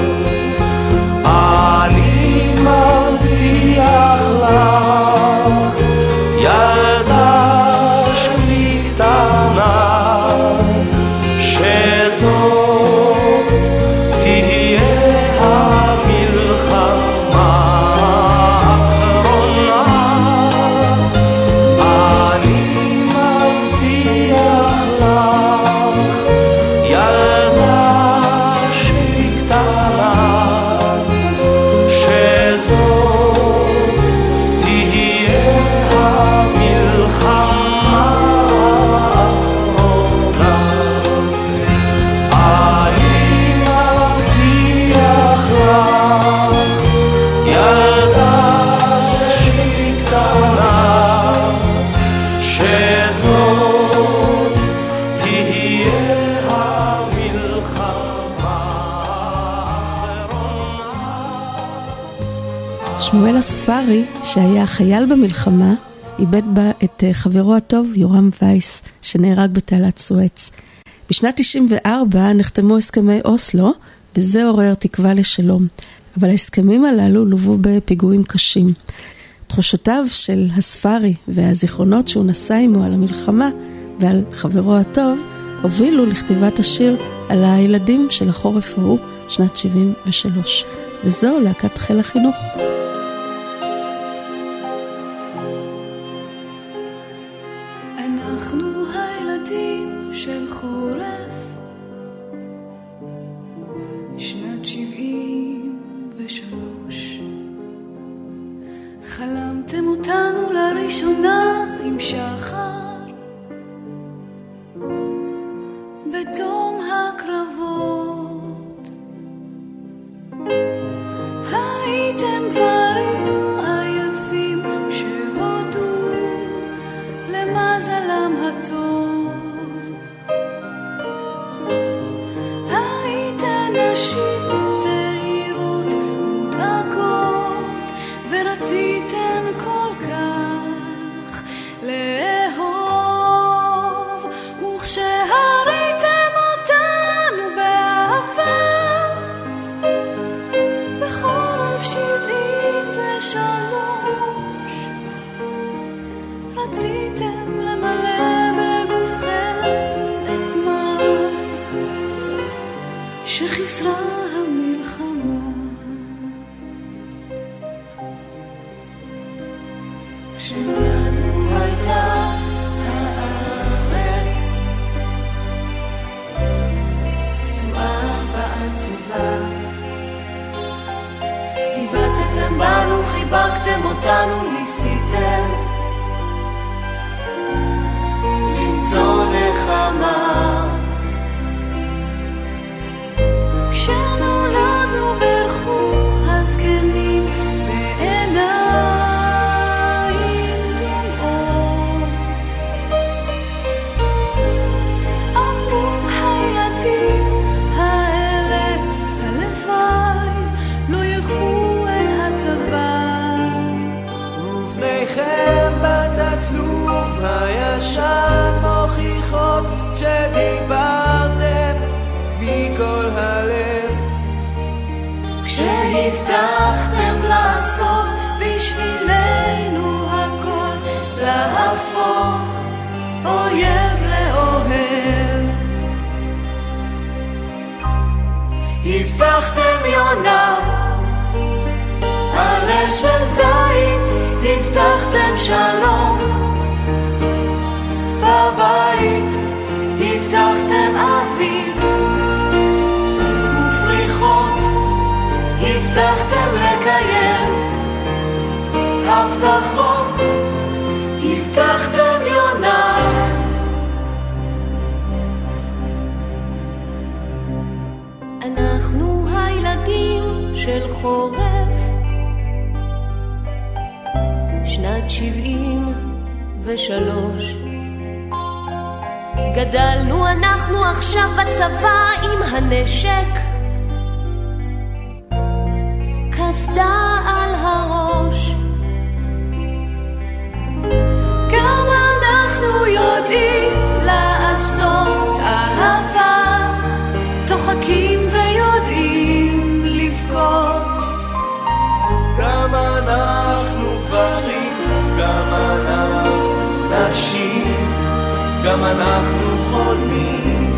אני מבטיח לך, ילדה שלי קטנה, שזאת תהיה המלחמה האחרונה. אני מבטיח לך, ילדה שלי קטנה, שזאת תהיה המלחמה האחרונה. אני מבטיח לך, ילדה שלי קטנה, שזאת תהיה המלחמה האחרונה. שמואל הספרי, שהיה חייל במלחמה, איבד בה את חברו הטוב יורם וייס, שנהרג בתעלת סואץ. בשנת 94 נחתמו הסכמי אוסלו, וזה עורר תקווה לשלום. אבל ההסכמים הללו לוו בפיגועים קשים. תחושותיו של הספרי והזיכרונות שהוא נשא עמו על המלחמה ועל חברו הטוב, הובילו לכתיבת השיר על הילדים של החורף ההוא, שנת 73. וזו להקת חיל החינוך. אנחנו הילדים של חורף, שנת 73. חלמתם אותנו לראשונה עם שחר, בתום הקרבות. הייתם גברים עייפים שהודו למזלם הטוב. הייתם נשים צעירות מודאגות ורציתם כל כך לאהוב, וכשהריתם אותנו באהבה בחורף 73 רציתם למלא בגופכם את מה שחיסרה המלחמה. כשנולדנו הייתה הארץ צועה ועצובה, היבטתם בנו, חיבקתם אותנו, ניסיתם למצוא נחמה. כשנולדנו ברכו הזקנים בעיניים דומעות, אמרו הילדים האלה הלוואי לא ילכו אל הצבא. ובניכם בתצלום הישן מוכיחות שדיברתם מכל הלב, כשהבטחתם לעשות בשבילנו הכל, להפוך אויב לאוהב. הבטחתם יונה עלה של זית, הבטחתם שלום בבית, הבטחתם אביב ופריחות, הבטחתם לקיים הבטחות, הבטחתם יונה. אנחנו הילדים של חורף, שנת 73. גדלנו אנחנו עכשיו בצבא עם הנשק, קסדה על הראש. גם אנחנו יודעים לעשות אהבה, צוחקים ויודעים לבכות. גם אנחנו גברים, גם אנחנו נשים, גם אנחנו חולמים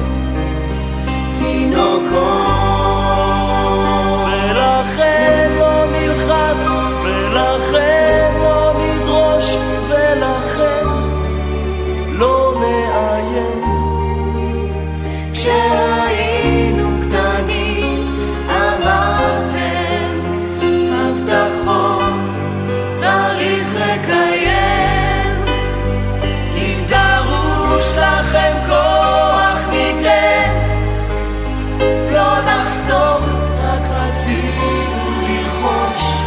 תינוקות. ולכן לא נלחץ, ולכן לא נדרוש, ולכן לא נאיים. כשהיינו קטנים אמרתם הבטחות צריך לקיים, אם דרוש לכם כוח ניתן, לא נחסוך, רק רצינו ללחוש.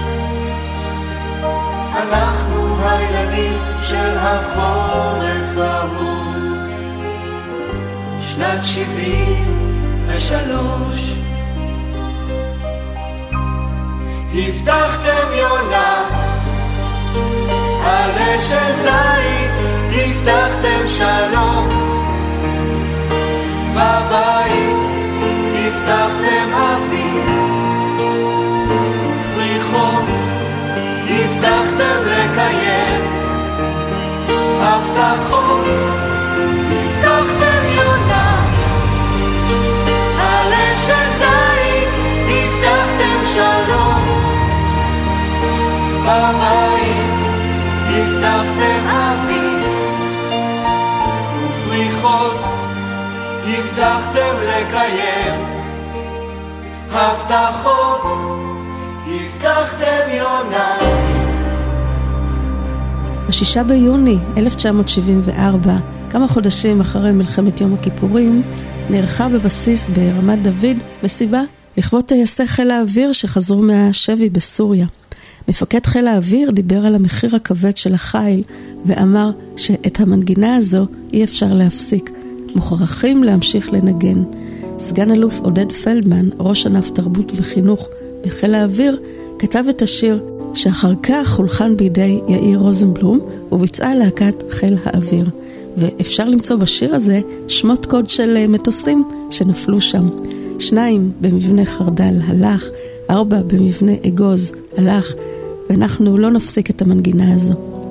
אנחנו הילדים של החורף ההוא, שנת 73. הבטחתם יונה עלה של שלום, בבית הבטחתם אביב, ופריחות הבטחתם לקיים, הבטחות הבטחתם יונה, עלה של זית הבטחתם שלום, בבית הבטחתם אביב, ופריחות הבטחתם לקיים, הבטחות הבטחתם יונה. ב6 ביוני 1974, כמה חודשים אחרי מלחמת יום הכיפורים, נערכה בבסיס ברמת דוד מסיבה לכבוד טייסי חיל האוויר שחזרו מהשבי בסוריה. מפקד חיל האוויר דיבר על המחיר הכבד של החיל ואמר שאת המנגינה הזו אי אפשר להפסיק, מוכרחים להמשיך לנגן. סגן אלוף עודד פלדמן, ראש ענף תרבות וחינוך בחיל האוויר, כתב את השיר שאחר כך הולחן בידי יאיר רוזנבלום וביצעה להקת חיל האוויר. ואפשר למצוא בשיר הזה שמות קוד של מטוסים שנפלו שם. 2 במבנה חרדל הלך, 4 במבנה אגוז הלך, ואנחנו לא נפסיק את המנגינה הזו.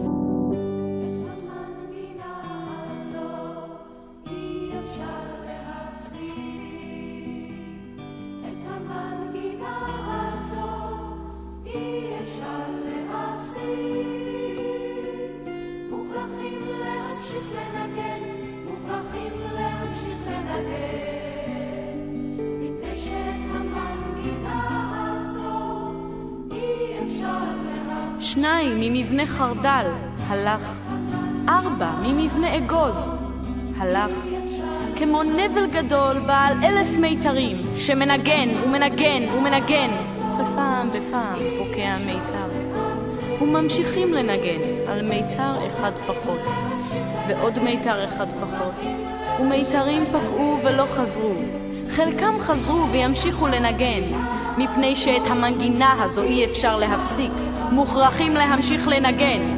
ממבנה חרדל הלך, 4 ממבנה אגוז הלך, כמו נבל גדול בעל 1000 מיתרים שמנגן ומנגן ומנגן, ופעם בפעם פוקע מיתר, וממשיכים לנגן על מיתר אחד פחות ועוד מיתר אחד פחות, ומיתרים פקעו ולא חזרו, חלקם חזרו וימשיכו לנגן, מפני שאת המנגינה הזו אי אפשר להפסיק, מוכרחים להמשיך לנגן.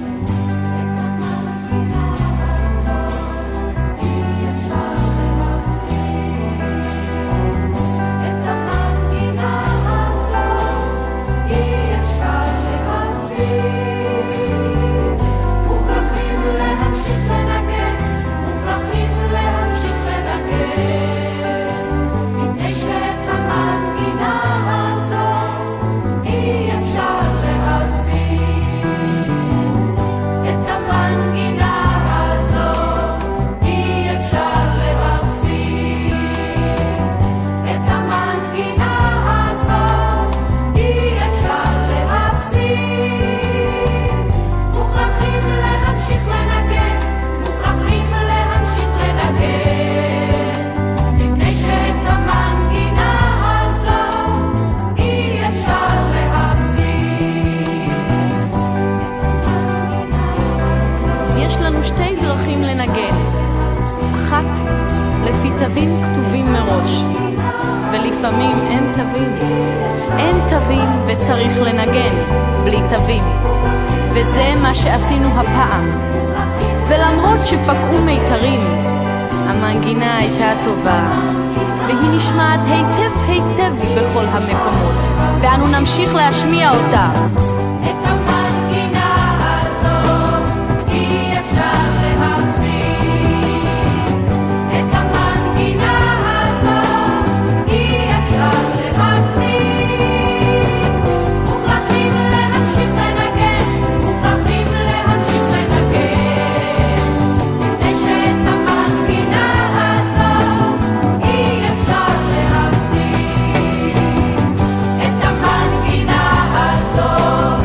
תווים כתובים מראש, ולפעמים אין תווים וצריך לנגן בלי תווים, וזה מה שעשינו הפעם. ולמרות שפקעו מיתרים, המנגינה הייתה טובה, והיא נשמעת היטב היטב בכל המקומות, ואנו נמשיך להשמיע אותה. את המנגינה הזו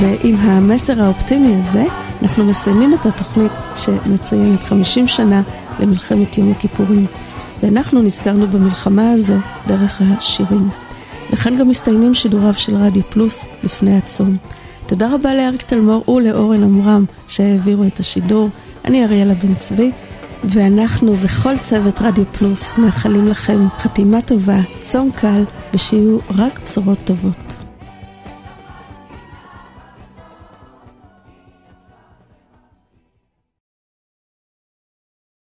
ועם המסר האופטימי הזה, אנחנו מסיימים את התוכנית שמציינת 50 שנה למלחמת יום הכיפורים. ואנחנו נזכרנו במלחמה הזו דרך השירים. לכן גם מסתיימים שידוריו של רדיו פלוס לפני הצום. תודה רבה לאריק תלמור ולאורן עמרם שהעבירו את השידור. אני אריאלה בן צבי, ואנחנו וכל צוות רדיו פלוס מאחלים לכם חתימה טובה, צום קל, ושיהיו רק בשורות טובות.